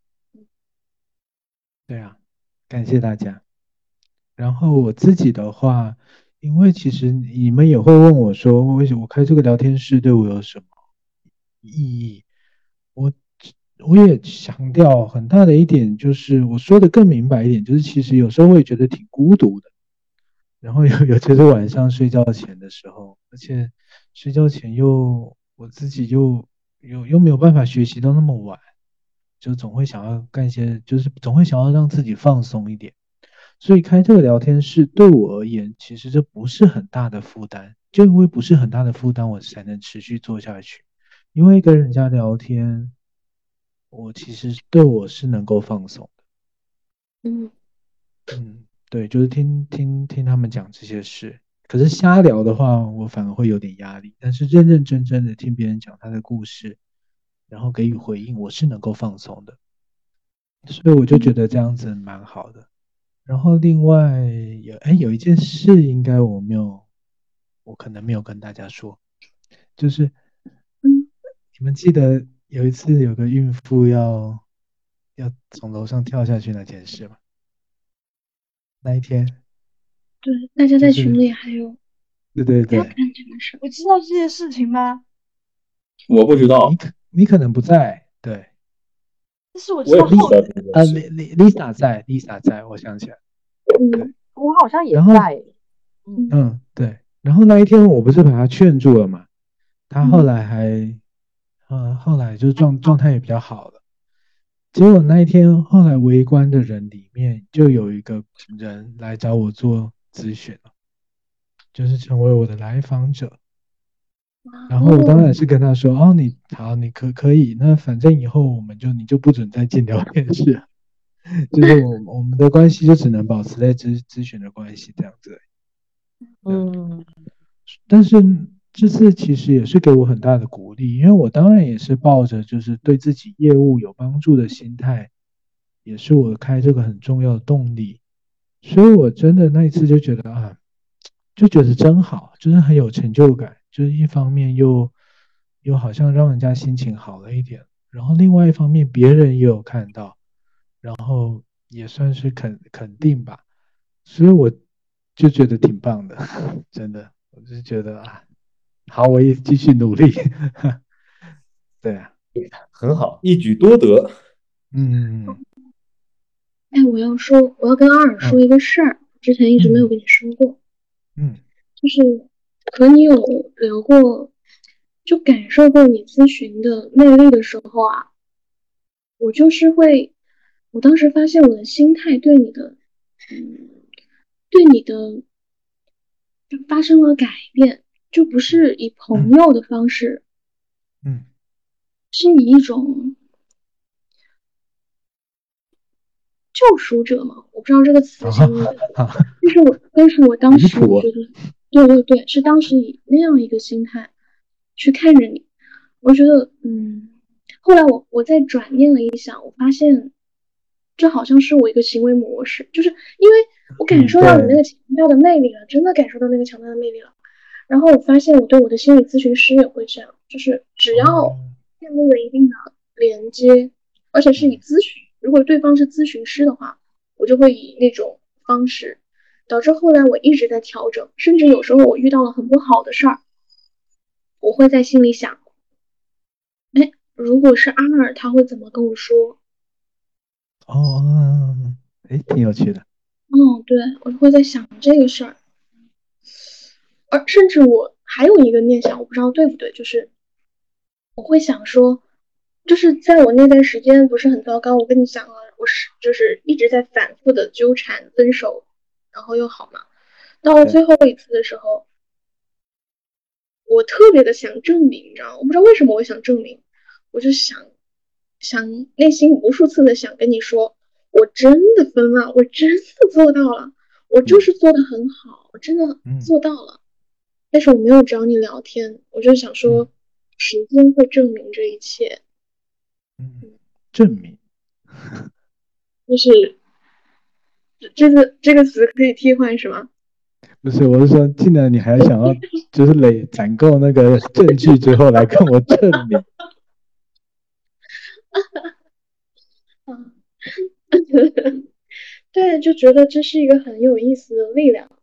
对啊，感谢大家。然后我自己的话，因为其实你们也会问我说，为什么我开这个聊天室对我有什么意义？我也强调很大的一点，就是我说的更明白一点，就是其实有时候我也觉得挺孤独的。然后尤其是晚上睡觉前的时候，而且睡觉前我自己又没有办法学习到那么晚，就总会想要干一些，就是总会想要让自己放松一点。所以开这个聊天室对我而言，其实这不是很大的负担，就因为不是很大的负担，我才能持续做下去。因为跟人家聊天，我其实对我是能够放松的。对，就是听他们讲这些事。可是瞎聊的话，我反而会有点压力。但是认认真真的听别人讲他的故事，然后给予回应，我是能够放松的。所以我就觉得这样子蛮好的。然后另外有一件事，应该我可能没有跟大家说，就是你们记得有一次有个孕妇要从楼上跳下去那件事吗？那一天， 对，大家在群里还有对对对， 看这个事， 我知道这件事情吗？ 我不知道， 你可能不在，对。 但是我知道后 Lisa 在，Lisa 在，我想起来，对， 我好像也在， 对，然后那一天我不是把他劝住了嘛，他后来后来就状态也比较好了。结果那一天后来围观的人里面就有一个人来找我做咨询了，就是成为我的来访者。然后我当然是跟他说，哦，你好，你可以，那反正以后你就不准再进聊天室，就是我们的关系就只能保持在咨询的关系这样子。但是这次其实也是给我很大的鼓励，因为我当然也是抱着就是对自己业务有帮助的心态，也是我开这个很重要的动力。所以我真的那一次就觉得就觉得真好，就是很有成就感，就是一方面又好像让人家心情好了一点，然后另外一方面别人也有看到，然后也算是肯定吧，所以我就觉得挺棒的，真的，我就觉得好，我也继续努力，对啊， 很好，一举多得。 嗯哎，我要跟阿尔说一个事儿，之前一直没有跟你说过，就是和你有聊过，就感受过你咨询的魅力的时候啊，我就是会，我当时发现我的心态对你的，对你的就发生了改变，就不是以朋友的方式，是以一种救赎者嘛，我不知道这个词形容的，但是我当时我觉得，对对对，是当时以那样一个心态去看着你，我觉得，后来我再转念了一想，我发现这好像是我一个行为模式，就是因为我感受到你那个强大的魅力了，真的感受到那个强大的魅力了。然后我发现我对我的心理咨询师也会这样，就是只要建立了一定的连接，而且是以咨询，如果对方是咨询师的话，我就会以那种方式，导致后来我一直在调整，甚至有时候我遇到了很不好的事儿，我会在心里想，哎，如果是阿尔，他会怎么跟我说？ 挺有趣的。 对，我会在想这个事儿，而甚至我还有一个念想，我不知道对不对，就是我会想说，就是在我那段时间不是很糟糕，我跟你讲了，我是就是一直在反复的纠缠分手，然后又好嘛，到了最后一次的时候，我特别的想证明，你知道吗？我不知道为什么我想证明，我就想内心无数次的想跟你说，我真的分了，我真的做到了，我就是做的很好，我真的做到了。但是我没有找你聊天，我就想说，时间会证明这一切。 证明， 就是这个词可以替换是吗？ 不是，我是说，既然你还想要就是攒够那个证据之后来跟我证明。 对，就觉得这是一个很有意思的力量。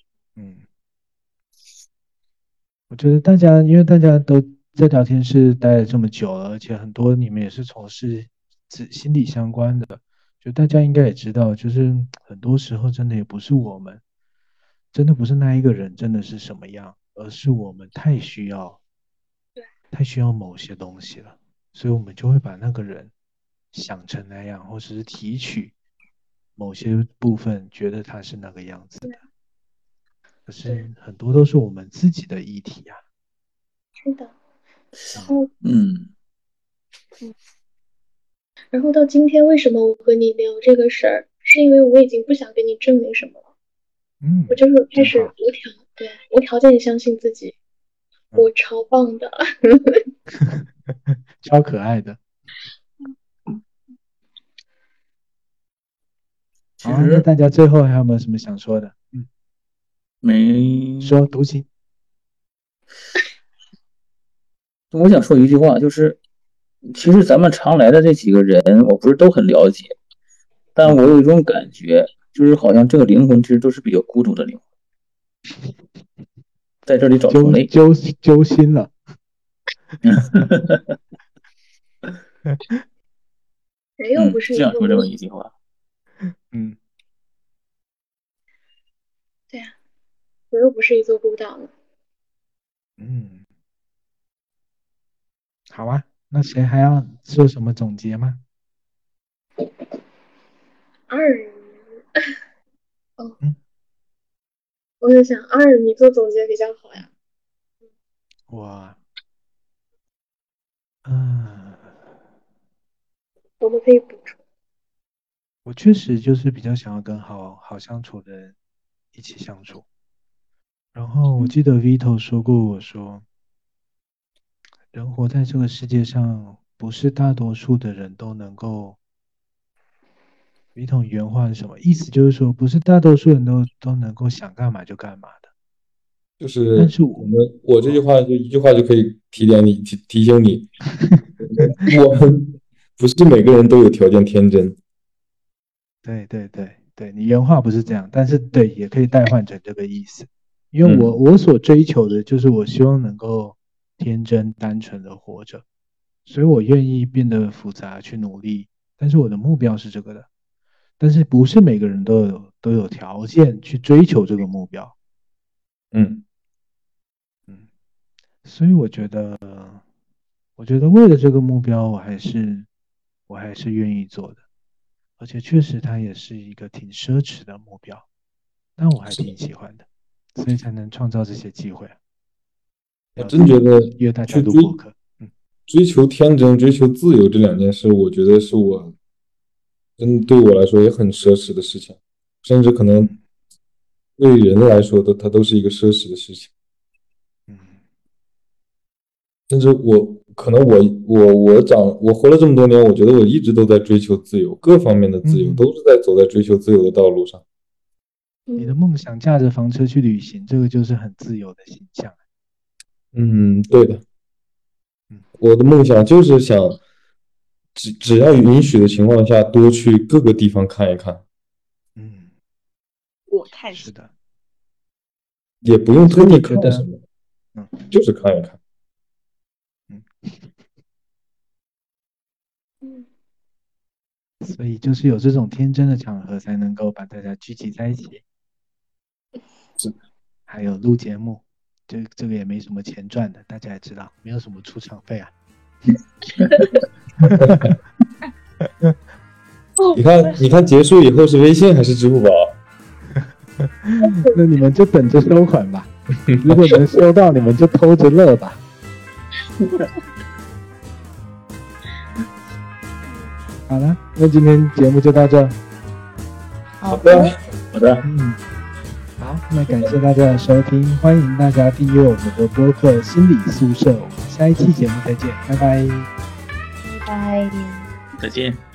我觉得因为大家都在聊天室待了这么久了，而且很多你们也是从事心理相关的，就大家应该也知道，就是很多时候真的也不是我们，真的不是那一个人真的是什么样，而是我们太需要某些东西了，所以我们就会把那个人想成那样，或者是提取某些部分，觉得他是那个样子的。可是很多都是我们自己的议题啊。 是的，然后然后到今天，为什么我和你聊这个事儿，是因为我已经不想跟你证明什么了。我就是开始无条件相信自己，我超棒的， 超可爱的。 其实那大家最后还有没有什么想说的？ 没说，独行。 我想说一句话，就是其实咱们常来的这几个人，我不是都很了解，但我有一种感觉，就是好像这个灵魂其实都是比较孤独的灵魂，在这里找同类， 揪心了。 谁又不是这样说这么一句话。 对呀，我又不是一座孤岛呢。 好啊，那谁还要做什么总结吗？ 我在想，你做总结比较好呀。我们可以补充。 我确实就是比较想要跟好相处的人一起相处。然后我记得 Vito 说过，我说，人活在这个世界上，不是大多数的人都能够。Vito 原话是什么？意思就是说，不是大多数人都能够想干嘛就干嘛的。 但是我这句话就一句话就可以提醒你，我们不是每个人都有条件天真。 对，你原话不是这样，但是对，也可以代换成这个意思。因为我所追求的就是我希望能够天真单纯的活着，所以我愿意变得复杂去努力， 但是我的目标是这个的，但是不是每个人都有条件去追求这个目标。 嗯所以我觉得为了这个目标，我还是愿意做的，而且确实它也是一个挺奢侈的目标，但我还挺喜欢的，所以才能创造这些机会。 我真觉得约大家去录播客， 追求天真、追求自由这两件事，我觉得是我对我来说也很奢侈的事情，甚至可能对人来说它都是一个奢侈的事情。甚至我活了这么多年，我觉得我一直都在追求自由，各方面的自由都是在走在追求自由的道路上。 你的梦想驾着房车去旅行，这个就是很自由的形象。 对的。我的梦想就是想只要允许的情况下，多去各个地方看一看。 我看是的， 也不用特地看什么，就是看一看。 所以就是有这种天真的场合，才能够把大家聚集在一起。还有录节目，这个也没什么钱赚的，大家也知道，没有什么出场费啊。 你看结束以后是微信还是支付宝？ 那你们就等着收款吧，如果能收到，你们就偷着乐吧。好了，那今天节目就到这。 好的。 好，那感谢大家的收听，欢迎大家订阅我们的播客心理宿舍，我们下一期节目再见，拜拜。 拜拜， 再见。